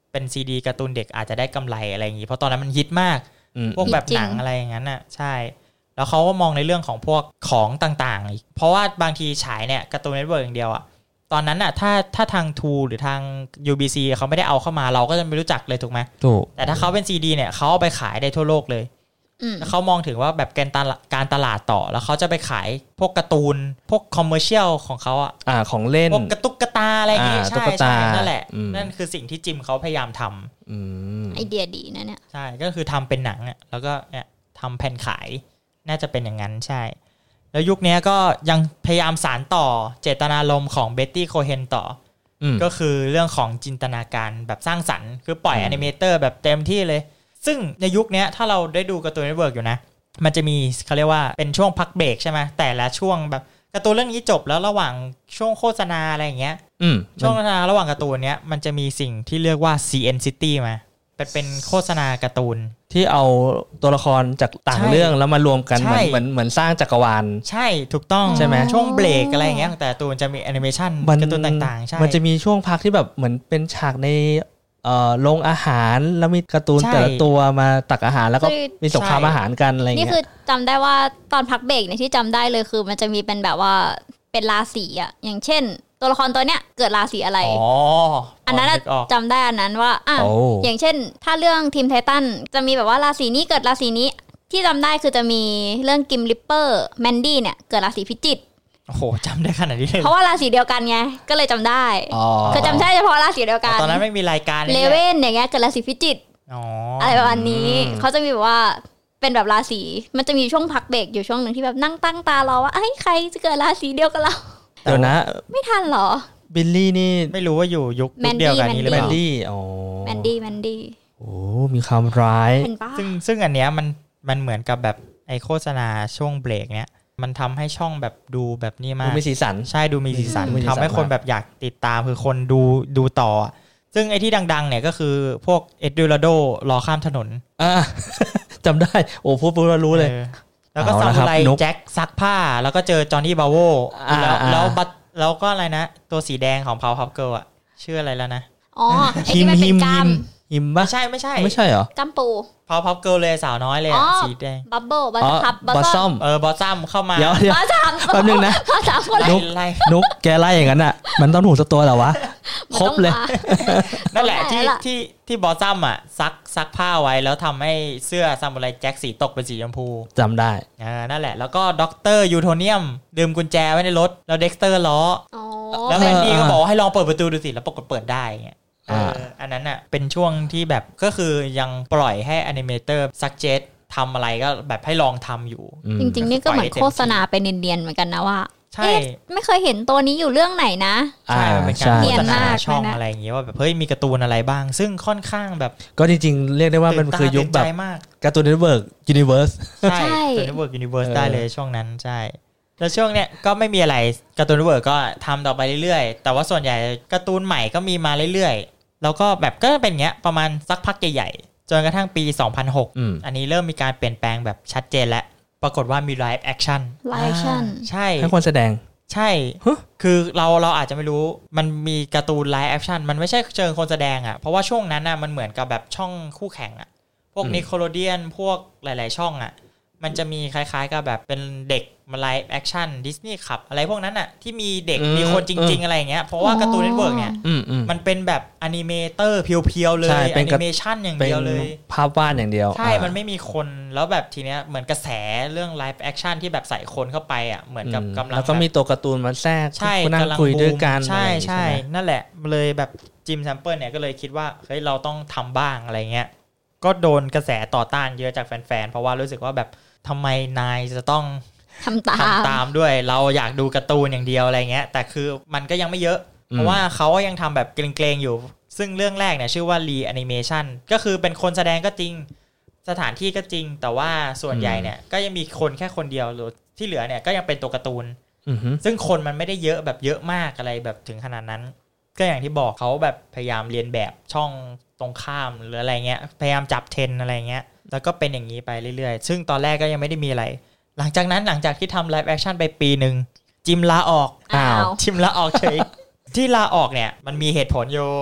เป็นซีดีการ์ตูนเด็กอาจจะได้กำไรอะไรอย่างงี้เพราะตอนนั้นมันฮิตมากพวกแบบหนังอะไรอย่างนั้นน่ะใช่แล้วเขาก็มองในเรื่องของพวกของต่างๆอีกเพราะว่าบางทีฉายเนี่ยการ์ตูนเน็ตเวิร์กอย่างเดียวอ่ะตอนนั้นน่ะถ้าถ้าทาง ทู หรือทาง ยู บี ซี เขาไม่ได้เอาเข้ามาเราก็จะไม่รู้จักเลยถูกไหมถูกแต่ถ้าเขาเป็น ซี ดี เนี่ยเขาเอาไปขายได้ทั่วโลกเลยแล้วเขามองถึงว่าแบบการตลาดการตลาดต่อแล้วเขาจะไปขายพวกการ์ตูนพวกคอมเมอร์เชียลของเขาอ่ะอ่าของเล่นพวกกระตุกกระตาอะไรอย่างงี้ใช่ใช่นั่นแหละนั่นคือสิ่งที่จิมเขาพยายามทำไอเดียดีนะเนี่ยใช่ก็คือทำเป็นหนังอ่ะแล้วก็เนี่ยทำแผ่นขายน่าจะเป็นอย่างนั้นใช่แล้วยุคนี้ก็ยังพยายามสานต่อเจตนารมณ์ของเบ็ตตี้โคเฮนต่อก็คือเรื่องของจินตนาการแบบสร้างสรรค์คือปล่อยแอนิเมเตอร์แบบเต็มที่เลยซึ่งในยุคนี้ถ้าเราได้ดูการ์ตูนเน็ตเวิร์กอยู่นะมันจะมีเขาเรียกว่าเป็นช่วงพักเบรกใช่ไหมแต่ละช่วงแบบการ์ตูนเรื่องนี้จบแล้วระหว่างช่วงโฆษณาอะไรอย่างเงี้ยช่วงโฆษณาระหว่างการ์ตูนเนี้ยมันจะมีสิ่งที่เรียกว่า ซี เอ็น City มาเป็นเป็นโฆษณาการ์ตูนที่เอาตัวละครจากต่างเรื่องแล้วมารวมกันเหมือนเหมือนเหมือนสร้างจักรวาลใช่ถูกต้องใช่ไหมช่วงเบรกอะไรอย่างเงี้ยแต่ตัวจะมีแอนิเมชันการ์ตูนต่างๆใช่มันจะมีช่วงพักที่แบบเหมือนเป็นฉากในเอ่อโรงอาหารแล้วมีการ์ตูนแต่ละตัวมาตักอาหารแล้วก็มีสงครามอาหารกันอะไรอย่างเงี้ยนี่คือจำได้ว่าตอนพักเบรกเนี่ยที่จำได้เลยคือมันจะมีเป็นแบบว่าเป็นราศีอ่ะอย่างเช่นตัวละครตัวเนี้ยเกิดราศีอะไรอ๋ออันนั้นจำได้อันนั้นว่าอ่ะอย่างเช่นถ้าเรื่องทีมไททันจะมีแบบว่าราศีนี้เกิดราศีนี้ที่จำได้คือจะมีเรื่องกิมลิปเปอร์แมนดี้เนี่ยเกิดราศีพิจิกโอ้โหจำได้ขนาดนี้เลยเพราะว่าราศีเดียวกันไงก็เลยจำได้คือจำได้เฉพาะราศีเดียวกันตอนนั้นไม่มีรายการเลเว่นอย่างเงี้ยเกิดราศีพิจิกอะไรประมาณนี้เขาจะมีแบบว่าเป็นแบบราศีมันจะมีช่วงพักเบรกอยู่ช่วงหนึ่งที่แบบนั่งตั้งตารอว่าไอ้ใครจะเกิดราศีเดียวกับเราเดี๋ยวนะไม่ทันหรอบิลลี่นี่ไม่รู้ว่าอยู่ยุคเดียวกันนี้หรือเปล่าแมนดี้อ๋อแมนดี้แมนดี้โอ้มีความร้ายซึ่งซึ่งอันเนี้ยมันมันเหมือนกับแบบไอโฆษณาช่วงเบรกเนี้ยมันทำให้ช่องแบบดูแบบนี้มากดูมีสีสันใช่ดูมีสีสันทำให้คนแบบอยากติดตามคือคนดูดูต่อซึ่งไอที่ดังๆเนี่ยก็คือพวกเอ็ดดูลาโดรอข้ามถนนอ่าจำได้โอ้พูดปุ๊บเรารู้เลยแล้วก็ซามูไรแจ็คซักผ้าแล้วก็เจอจอห์นนี่บาโวแล้วแล้วแล้วก็อะไรนะตัวสีแดงของ Powerpuff Girls อ่ะชื่ออะไรแล้วนะอ๋อไอ้ที่มันเป็นกามหิมไม่ใช่ไม่ใช่ไม่ใช่เหรอกัมปู Powerpuff Girls เลยสาวน้อยเลยสีแดงบับเบิ้ลบัตทับบอสซัมเออบอสซัมเข้ามาเดี๋ยวเดี๋ยวบอสซัมแป๊บนึงนะบอสซัมนุกนุกแกไล่อย่างนั้นอ่ะมันต้องถูกสักตัวเหรอวะครบเลยนั่นแหละที่ที่ที่บอสซัมอ่ะซักซักผ้าไว้แล้วทำให้เสื้อซามูไรแจ็คสีตกเป็นสีชมพูจำได้อ่านั่นแหละแล้วก็ด็อกเตอร์ยูโทเนียมดื่มกุญแจไว้ในรถแล้วเด็กสเตอร์ล้อแล้วแมนดี้ก็บอกให้ลองเปิดประตูดูสิแล้วปรากฏเปิดได้เงี้ยเอออันนั้นอ่ะเป็นช่วงที่แบบก็คือยังปล่อยให้แอนิเมเตอร์ซักเจตทำอะไรก็แบบให้ลองทำอยู่จริงๆนี่ก็เหมือนโฆษณาไปเนียนๆเหมือนกันนะว่าใช่ไม่เคยเห็นตัวนี้อยู่เรื่องไหนนะใช่เป็นการโฆษณาช่องอะไรอย่างเงี้ยว่าแบบเฮ้ยมีการ์ตูนอะไรบ้างซึ่งค่อนข้างแบบก็จริงๆเรียกได้ว่ามันคือยุคแบบการ์ตูนเน็ตเวิร์กยูนิเวิร์สใช่การ์ตูนเน็ตเวิร์กยูนิเวิร์สได้เลยช่วงนั้นใช่แล้วช่วงเนี้ยก็ไม่มีอะไรการ์ตูนเน็ตเวิร์กก็ทำต่อไปเรื่อยๆแต่ว่าส่วนใหญ่การ์ตูนใหม่ก็มีมาเรื่อยๆแล้วก็แบบก็เป็นอย่างเงี้ยประมาณสักพักใหญ่ๆจนกระทั่งปีสองพันหก อ, อันนี้เริ่มมีการเปลี่ยนแปลงแบบชัดเจนแล้วปรากฏว่ามีไลฟ์แอคชั่นไลฟ์แอคชั่นใช่ให้คนแสดงใช่คือเราเราอาจจะไม่รู้มันมีการ์ตูนไลฟ์แอคชั่นมันไม่ใช่เชิงคนแสดงอ่ะเพราะว่าช่วงนั้นน่ะมันเหมือนกับแบบช่องคู่แข่งอ่ะพวกนิโคโลเดียนพวกหลายๆช่องอ่ะมันจะมีคล้ายๆกับแบบเป็นเด็กมาไลฟ์แอคชั่นดิสนีย์ขับอะไรพวกนั้นน่ะที่มีเด็กมีคนจริงๆอะไรอย่างเงี้ยเพราะว่าการ์ตูนเน็ตเวิร์กเนี่ยมันเป็นแบบแอนิเมเตอร์เพียวๆเลยแอนิเมชันอย่างเดียวเลยภาพวาดอย่างเดียวใช่มันไม่มีคนแล้วแบบทีเนี้ยเหมือนกระแสเรื่องไลฟ์แอคชั่นที่แบบใส่คนเข้าไปอ่ะเหมือนกับกำลังแล้วก็มีตัวการ์ตูนมาแทรกคนนั่งคุยด้วยกันใช่ใช่นั่นแหละเลยแบบจิมแซมเปิลเนี่ยก็เลยคิดว่าเฮ้ยเราต้องทำบ้างอะไรเงี้ยก็โดนกระแสต่อต้านเยอะจากแฟนๆเพราะว่ารู้สึกว่าแบบทำไมนายจะต้องทำตามทำตามด้วยเราอยากดูการ์ตูนอย่างเดียวอะไรเงี้ยแต่คือมันก็ยังไม่เยอะเพราะว่าเขายังทำแบบเกรงๆอยู่ซึ่งเรื่องแรกเนี่ยชื่อว่า Re-Animation ก็คือเป็นคนแสดงก็จริงสถานที่ก็จริงแต่ว่าส่วนใหญ่เนี่ยก็ยังมีคนแค่คนเดียวหรือที่เหลือเนี่ยก็ยังเป็นตัวการ์ตูนซึ่งคนมันไม่ได้เยอะแบบเยอะมากอะไรแบบถึงขนาดนั้นก็อย่างที่บอกเขาแบบพยายามเรียนแบบช่องตรงข้ามหรืออะไรเงี้ยพยายามจับเทรนอะไรเงี้ยแล้วก็เป็นอย่างนี้ไปเรื่อยๆซึ่งตอนแรกก็ยังไม่ได้มีอะไรหลังจากนั้นหลังจากที่ทำไลฟ์แอคชั่นไปปีหนึ่งจิมลาออกอ้าวจิมลาออกเฉยที่ลาออกเนี่ยมันมีเหตุผลอยู่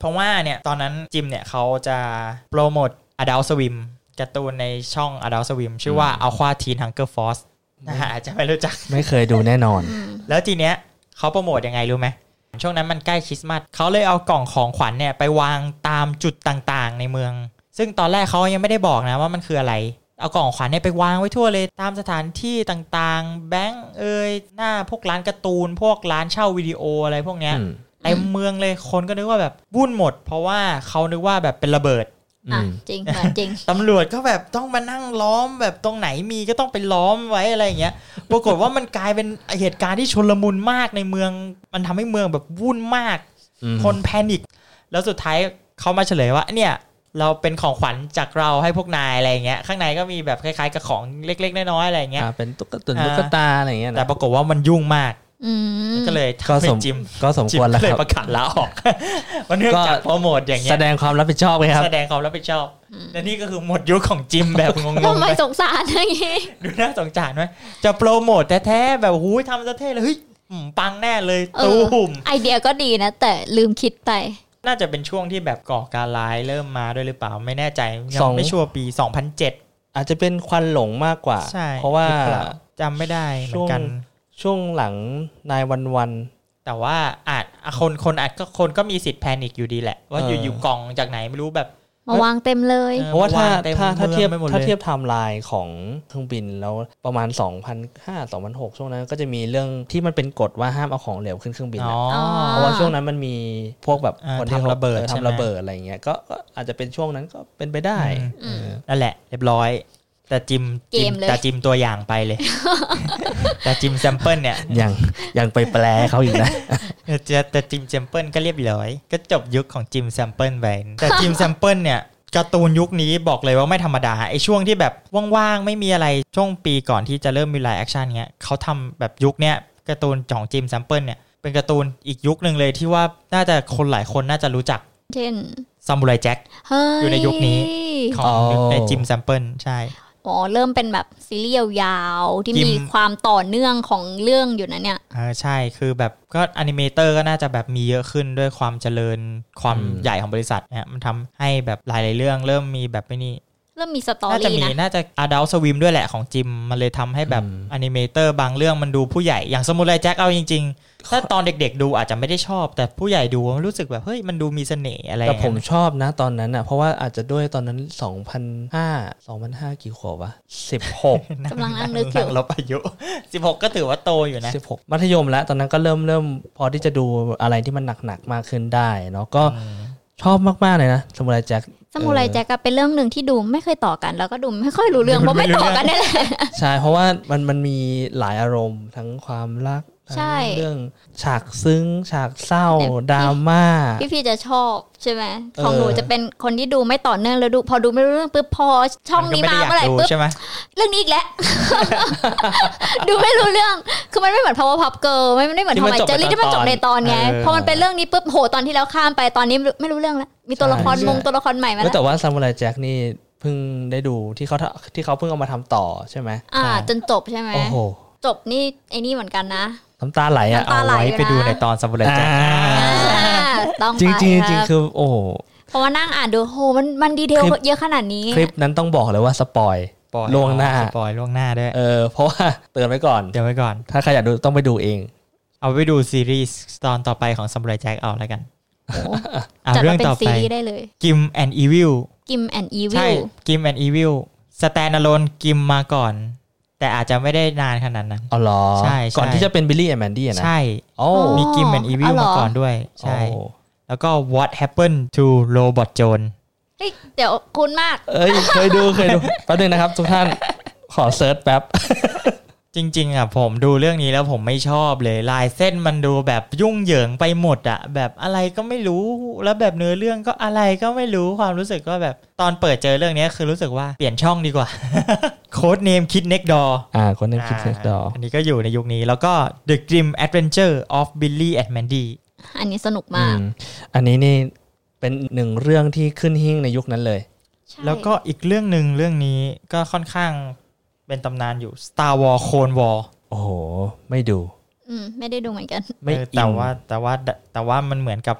เพราะว่าเนี่ยตอนนั้นจิมเนี่ยเขาจะโปรโมท Adult Swim การ์ตูนในช่อง Adult Swim ชื่อว่า Aqua Teen Hunger Force นะฮะอาจจะไม่รู้จักไม่เคยดูแน่นอนแล้วทีเนี้ยเขาโปรโมทยังไงรู้ไหมช่วงนั้นมันใกล้คริสต์มาสเขาเลยเอากล่องของขวัญเนี่ยไปวางตามจุดต่างๆในเมืองซึ่งตอนแรกเขายังไม่ได้บอกนะว่ามันคืออะไรเอากล่องขวัญเนี่ยไปวางไว้ทั่วเลยตามสถานที่ต่างๆแบงก์เอ่ยหน้าพวกร้านการ์ตูนพวกร้านเช่าวิดีโออะไรพวกเนี้ยเต็มเมืองเลยคนก็นึกว่าแบบวุ่นหมดเพราะว่าเขานึกว่าแบบเป็นระเบิดอ่ะจริงเหมือนจริงตำรวจก็แบบต้องมานั่งล้อมแบบตรงไหนมีก็ต้องไปล้อมไว้อะไรอย่างเงี้ยปรากฏว่ามันกลายเป็นเหตุการณ์ที่ชลมุนมากในเมืองมันทำให้เมืองแบบวุ่นมากคนแพนิคแล้วสุดท้ายเขามาเฉลยว่าเนี่ยเราเป็นของขวัญจากเราให้พวกนายอะไรอย่างเงี้ยข้างในก็มีแบบคล้ายๆกับของเล็กๆน้อยๆอะไรอย่างเงี้ยเป็นตุ๊กตาตุ๊กตาอะไรอย่างเงี้ยแต่ปรากฏว่ามันยุ่งมากก็เลยก็สมจิมก็สมควรแล้วครับเลยประกาศลาออกวันเนื่องจากโปรโมทอย่างเงี้ยแสดงความรับผิดชอบไงครับแสดงความรับผิดชอบและนี่ก็คือหมดยุคของจิมแบบงงๆทำไมสงสารอย่างงี้ดูน่าสงสารไหมจะโปรโมทแท้ๆแบบหูยทำซะเท่เลยเฮ้ยปังแน่เลยตูมไอเดียก็ดีนะแต่ลืมคิดไปน่าจะเป็นช่วงที่แบบก่อการร้ายเริ่มมาด้วยหรือเปล่าไม่แน่ใจยังไม่ชัวร์ปีสองพันเจ็ดอาจจะเป็นควันหลงมากกว่าเพราะว่าจำไม่ได้เหมือนกันช่วงหลังนายวันวันแต่ว่าอาจคนคนอาจก็คนก็มีสิทธิ์แพนิคอยู่ดีแหละว่าอยู่อยู่กล่องจากไหนไม่รู้แบบมาวางเต็มเลยเพราะว่าถ้าถ้าถ้าเทียบถ้าเทียบไทม์ไลน์ของเครื่องบินแล้วประมาณ สองพันห้า สองพันหก ช่วงนั้นก็จะมีเรื่องที่มันเป็นกฎว่าห้ามเอาของเหลวขึ้นเครื่องบินเพราะว่าช่วงนั้นมันมีพวกแบบคนที่ทำระเบิดทำระเบิดอะไรอย่างเงี้ยก็อาจจะเป็นช่วงนั้นก็เป็นไปได้นั่นแหละเรียบร้อยแต่จิมแต่จิมตัวอย่างไปเลยแต่จิมแซมเปิลเนี่ยยังยังไปแปลเขาอีกนะแต่จิมแซมเปิลก็เรียบร้อยก็จบยุคของจิมแซมเปิลไปแต่จิมแซมเปิลเนี่ยการ์ตูนยุคนี้บอกเลยว่าไม่ธรรมดาไอ้ช่วงที่แบบว่างๆไม่มีอะไรช่วงปีก่อนที่จะเริ่มมีไลฟ์แอคชั่นเงี้ยเขาทำแบบยุคเนี้ยการ์ตูนของจิมแซมเปิลเนี่ยเป็นการ์ตูนอีกยุคนึงเลยที่ว่าน่าจะคนหลายคนน่าจะรู้จักเช่นซามูไรแจ็คอยู่ในยุคนี้ของในจิมแซมเปิลใช่อ๋อเริ่มเป็นแบบซีรีส์ยาวๆที่มีความต่อเนื่องของเรื่องอยู่นะเนี่ยอ่าใช่คือแบบก็อนิเมเตอร์ก็น่าจะแบบมีเยอะขึ้นด้วยความเจริญความใหญ่ของบริษัทเนี่ยมันทำให้แบบหลายๆเรื่องเริ่มมีแบบไม่นี่เริ่มมีสตอรี่นะน่าจะมีน่าจะ Adult Swim ด้วยแหละของจิมมันเลยทำให้แบบอนิเมเตอร์บางเรื่องมันดูผู้ใหญ่อย่างซามูไรแจ็คเอาจริงๆถ้าตอนเด็กๆดูอาจจะไม่ได้ชอบแต่ผู้ใหญ่ดูมันรู้สึกแบบเฮ้ยมันดูมีเสน่ห์อะไรแต่ผมชอบนะตอนนั้นอ่ะเพราะว่าอาจจะด้วยตอนนั้นสองพันห้า สองพันห้ากี่ขวบวะสิบหกกำลังนั่งนึกอยู่ลบอายุสิบหกก็ถือว่าโตอยู่นะสิบหกมัธยมแล้วตอนนั้นก็เริ่มเริ่มพอที่จะดูอะไรที่มันหนักๆมากขึ้นได้เนาะก็ชอบมากๆเลยนะซามูไรแจ็คซามูไรแจ็คก็เป็นเรื่องหนึ่งที่ดูไม่เคยต่อกันแล้วก็ดูไม่ค่อยรู้เรื่องเพราะไม่ต่อกันนี่แหละใช่เพราะว่ามันมันมีหลายอารมณ์ทั้งความรักทั้งเรื่องฉากซึ้งฉากเศร้าดราม่าพี่พี่จะชอบใช่ไหมของหนูจะเป็นคนที่ดูไม่ต่อเนื่องแล้วดูพอดูไม่รู้เรื่องปุ๊บพอช่องนี้มาเมื่อไหร่ปุ๊บเรื่องนี้อีกแล้วดูไม่รู้เรื่องคือมันไม่เหมือน Power Puff Girl ไม่ได้เหมือนทอมแอนด์เจอรี่ที่มันจบในตอนไงพอมันเป็นเรื่องนี้ปุ๊บโหตอนที่แล้วข้ามไปตอนนี้ไม่รู้เรื่องแล้วมีตัวละครมงตัวละครใหม่มาแล้วแต่ว่าซามูไรแจ็คนี่เพิ่งได้ดูที่เขาที่เขาเพิ่งเอามาทำต่อใช่ไหมอ่าจนจบใช่ไหมจบนี่ไอ้นี่เหมือนกันนะน้ำตาไหลอ่ะเอาไว้ไปดูในตอนซามูไรแจ็คจริงจริงจริงคือโอ้เพราะว่านั่งอ่านดูโหมันมันดีเทลเยอะขนาดนี้คลิปนั้นต้องบอกเลยว่าสปอยล่วงหน้าสปอยล่วงหน้าด้วยเออเพราะว่าเตือนไว้ก่อนเตือนไว้ก่อนถ้าใครอยากดูต้องไปดูเองเอาไปดูซีรีส์ตอนต่อไปของซามูไรแจ็คเอาแล้วกันเอาเรื่องต่อไปได้เลยกิมแอนด์อีวิลกิมแอนด์อีวิลใช่กิมแอนด์อีวิลสแตนด์อะโลนกิมมาก่อนแต่อาจจะไม่ได้นานขนาดนั้นอ๋อเหรอใช่ก่อนที่จะเป็นบิลลี่แอนด์แมนดี้นะใช่มีกิมแอนด์อีวิลมาก่อนด้วยใช่แล้วก็ What Happened to Robot Jones เฮ้ยเดี๋ยวคุ้นมากเอ้ยเคยดูเคยดูแป๊บนึงนะครับทุกท่านขอเซิร์ชแป๊บจริงๆอ่ะผมดูเรื่องนี้แล้วผมไม่ชอบเลยลายเส้นมันดูแบบยุ่งเหยิงไปหมดอ่ะแบบอะไรก็ไม่รู้แล้วแบบเนื้อเรื่องก็อะไรก็ไม่รู้ความรู้สึกก็แบบตอนเปิดเจอเรื่องนี้คือรู้สึกว่าเปลี่ยนช่องดีกว่าโค้ดเนมคิดเน็กดออ่าโค้ดเนมคิดเน็กดออันนี้ก็อยู่ในยุคนี้แล้วก็ The Grim Adventure of Billy and Mandy อันนี้สนุกมากอันนี้นี่เป็นหนึ่งเรื่องที่ขึ้นหิ้งในยุคนั้นเลยแล้วก็อีกเรื่องนึงเรื่องนี้ก็ค่อนข้างเป็นตำนานอยู่ Star Wars Clone War โอ้โหไม่ดูอืมไม่ได้ดูเหมือนกันไม่แต่ว่าแต่ว่าแต่ว่ามันเหมือนกับ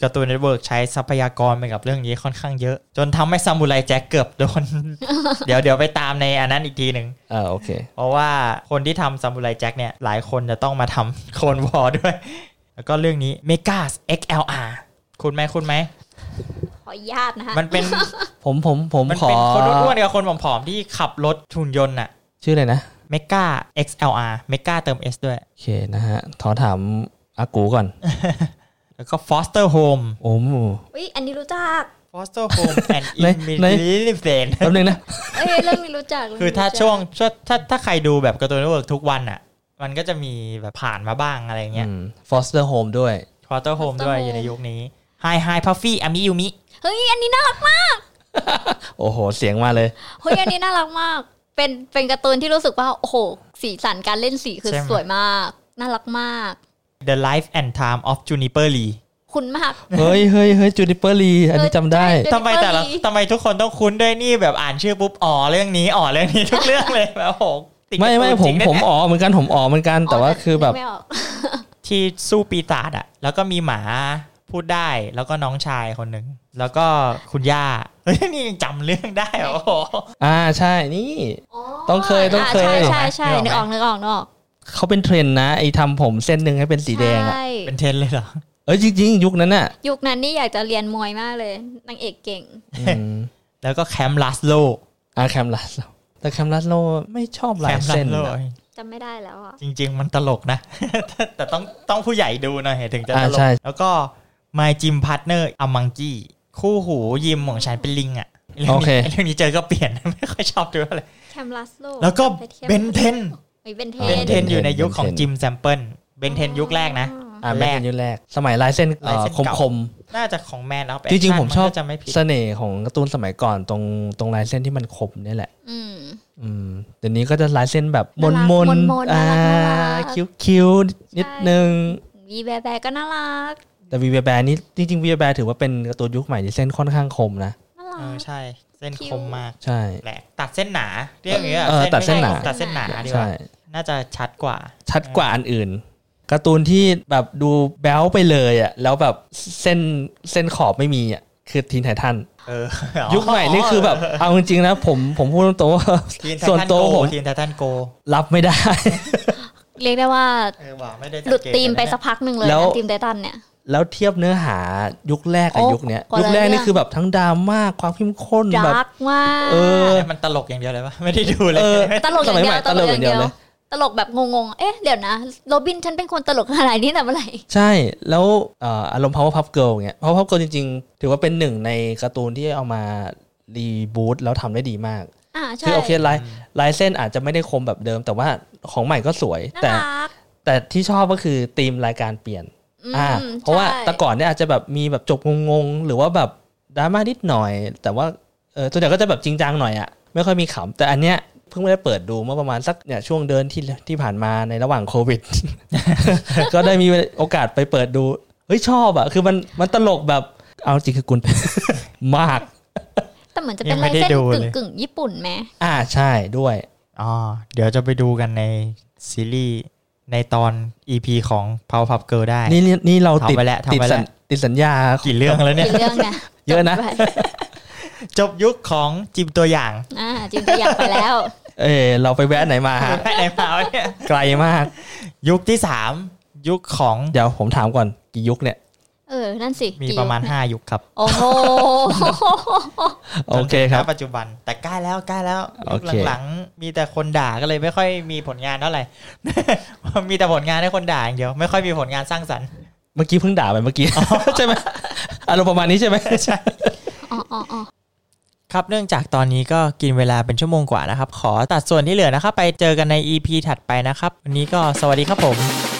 การ์ตูนเน็ตเวิร์กใช้ทรัพยากรไปกับเรื่องนี้ค่อนข้างเยอะจนทำให้ซามูไรแจ็คเกือบโดน เดี๋ยวเดี๋ยวไปตามในอันนั้นอีกทีหนึ่งอ่าโอเคเพราะว่าคนที่ทำซามูไรแจ็คเนี่ยหลายคนจะต้องมาทำโคลนวอร์ด้วยแล้วก็เรื่องนี้เมกาส เอ็กซ์ แอล อาร์ คุณไหมคุณไหมขออนุญาตนะคะมันเป็นผมผมผมมันขอเป็นคนอ้วนๆกับคนผอมๆที่ขับรถหุ่นยนต์น่ะชื่ออะไรนะเมกา เอ็กซ์ แอล อาร์ เมกาเติม S ด้วยโอเคนะฮะขอถามอากูก่อนแล้วก็ Foster Home โอ้โหอุ๊ยอันนี้รู้จัก Foster Home and Immigration แป๊บนึงนะเอ้ยเรื่องนี้รู้จักคือถ้าช่วงถ้าถ้าใครดูแบบการ์ตูนเน็ตเวิร์กทุกวันอ่ะมันก็จะมีแบบผ่านมาบ้างอะไรเงี้ย Foster Home ด้วย Foster Home ด้วยอยู่ในยุคนี้ Hi Hi Puffy Ami Yumi เฮ้ยอันนี้น่ารักมากโอ้โหเสียงมาเลยเฮ้ยอันนี้น่ารักมากเป็นเป็นการ์ตูนที่รู้สึกว่าโอ้โหสีสันการเล่นสีคือสวยมากน่ารักมาก The Life and Time of Juniper Lee คุ้นมากเฮ้ยเฮ้ยเฮ้ย Juniper Lee อันนี้จำได้ทำไมแต่ละทำไมทุกคนต้องคุ้นด้วยนี่แบบอ่านชื่อปุ๊บอ๋อเรื่องนี้อ๋อเรื่องนี้ทุกเรื่องเลยแบบโหไม่ไม่ผมผมอ๋อเหมือนกันผมอ๋อเหมือนกันแต่ว่าคือแบบที่สู้ปีศาจอ่ะแล้วก็มีหมาพูดได้แล้วก็น้องชายคนหนึ่งแล้วก็คุณย่าเฮ้ยนี่จำเรื่องได้เหรออ่าใช่นี่ต้องเคยต้องเคยใช่ใช่นึกออกนึกออกนึกออกเขาเป็นเทรนด์นะไอ้ทำผมเส้นหนึ่งให้เป็นสีแดงอ่ะเป็นเทรนด์เลยเหรอเอ้ยจริงๆยุคนั้นน่ะยุคนั้นนี่อยากจะเรียนมวยมากเลยนางเอกเก่งแล้วก็แคมลัสโลอ่าแคมลัสโลแต่แคมลัสโลไม่ชอบลายเส้นจำไม่ได้แล้วอ่ะจริงๆมันตลกนะแต่ต้องต้องผู้ใหญ่ดูหน่อยถึงจะตลกแล้วก็ My Gym Partner A Monkey คู่หูยิมของฉันเป็นลิงอ่ะโอเคเรื่องนี้เจอก็เปลี่ยนไม่ค่อยชอบดูอะไรแคมลัสโลแล้วก็เบนเทนเบนเทนเบนเทนอยู่ในยุคของจิมแซมเปิลเบนเทนยุคแรกนะอ่าแรกยุคแรกสมัยลายเส้นคมๆน่าจะของแมนแล้วจริงๆผมชอบเสน่ห์ของการ์ตูนสมัยก่อนตรงตรงลายเส้นที่มันคมนี่แหละอืมอืมเดี๋ยวนี้ก็จะลายเส้นแบบมนๆอ่าคิ้วๆนิดนึงวีแบร์แบร์ก็น่ารักแต่วีแบร์แบร์นี้จริงๆวีแบร์แบร์ถือว่าเป็นการ์ตูนยุคใหม่ที่เส้นค่อนข้างคมนะเออใช่เส้นคมมากใช่แหละตัดเส้นหนาเรียกอย่างเงี้ยตัดเส้นหนาตัดเส้นหนาดีกว่าน่าจะชัดกว่าชัดกว่าอันอื่นการ์ตูนที่แบบดูแบ๊วไปเลยอ่ะแล้วแบบเส้นเส้นขอบไม่มีอ่ะคือทีนไททันยุคใหม่นี่คือแบบเอาจริงๆนะผมผมพูดตรงๆว่าส่วนตัวผมทีนไททันโกรับไม่ได้เรียกได้ว่าหลุดธีมไปสักพักหนึ่งเลยนะทีมไททันเนี่ยแล้วเทียบเนื้อหายุคแรกกับยุคเนี้ยยุคแรกนี่คือแบบทั้งดราม่าความเข้มข้นแบบรักมากเออมันตลกอย่างเดียวเลยปะไม่ได้ดูเลยตลกอย่างเดียวตลกอย่างเดียวตลกแบบงงๆเอ๊ะเดี๋ยวนะโรบินฉันเป็นคนตลกขนาดนี้แต่เมื่อไหร่ใช่แล้วอารมณ์ Powerpuff Girl เงี้ย Powerpuff Girl จริงๆถือว่าเป็นหนึ่งในการ์ตูนที่เอามารีบูตแล้วทำได้ดีมากคือโอเคลายลายเส้นอาจจะไม่ได้คมแบบเดิมแต่ว่าของใหม่ก็สวยแต่แต่ที่ชอบก็คือธีมรายการเปลี่ยนอ่าเพราะว่าแต่ก่อนเนี่ยอาจจะแบบมีแบบจบงงๆหรือว่าแบบดราม่านิดหน่อยแต่ว่าเออตัวเดียวก็จะแบบจริงจังหน่อยอ่ะไม่ค่อยมีขำแต่อันเนี้ยเพิ่งไม่ได้เปิดดูเมื่อประมาณสักเนี่ยช่วงเดือนที่ที่ผ่านมาในระหว่างโควิด ก็ได้มีโอกาสไปเปิดดูเฮ้ยชอบอ่ะคือมันมันตลกแบบเอาจริงคือกุล มากแต่เหมือนจะเป็นลายเส้นกึ่งกึ่งญี่ปุ่นไหมอ่าใช่ด้วยอ๋อเดี๋ยวจะไปดูกันในซีรีส์ในตอน อี พี ของ Powerpuff Girl ได้นี่นี่เราติดติดติดสัญญากี่เรื่องแล้วเนี่ยกี่เรื่องนะเยอะนะจบยุคของจิมตัวอย่างอ่าจิมตัวอย่างไปแล้วเออเราไปแวะไหนมาฮะแวะไหนมาเนี่ยไกลมากยุคที่สามยุคของเดี๋ยวผมถามก่อนกี่ยุคเนี่ยเออนั่นสิมีประมาณห้ายุคครับโอ้โหโอเคครับปัจจุบันแต่ใกล้แล้วใกล้แล้วหลังๆมีแต่คนด่าก็เลยไม่ค่อยมีผลงานเท่าไหร่มีแต่ผลงานให้คนด่าอย่างเดียวไม่ค่อยมีผลงานสร้างสรรค์เมื่อกี้เพิ่งด่าไปเมื่อกี้ใช่ไหมอารมณ์ประมาณนี้ใช่ไหมใช่อ๋อครับเนื่องจากตอนนี้ก็กินเวลาเป็นชั่วโมงกว่านะครับขอตัดส่วนที่เหลือนะครับไปเจอกันใน อี พี ถัดไปนะครับวันนี้ก็สวัสดีครับผม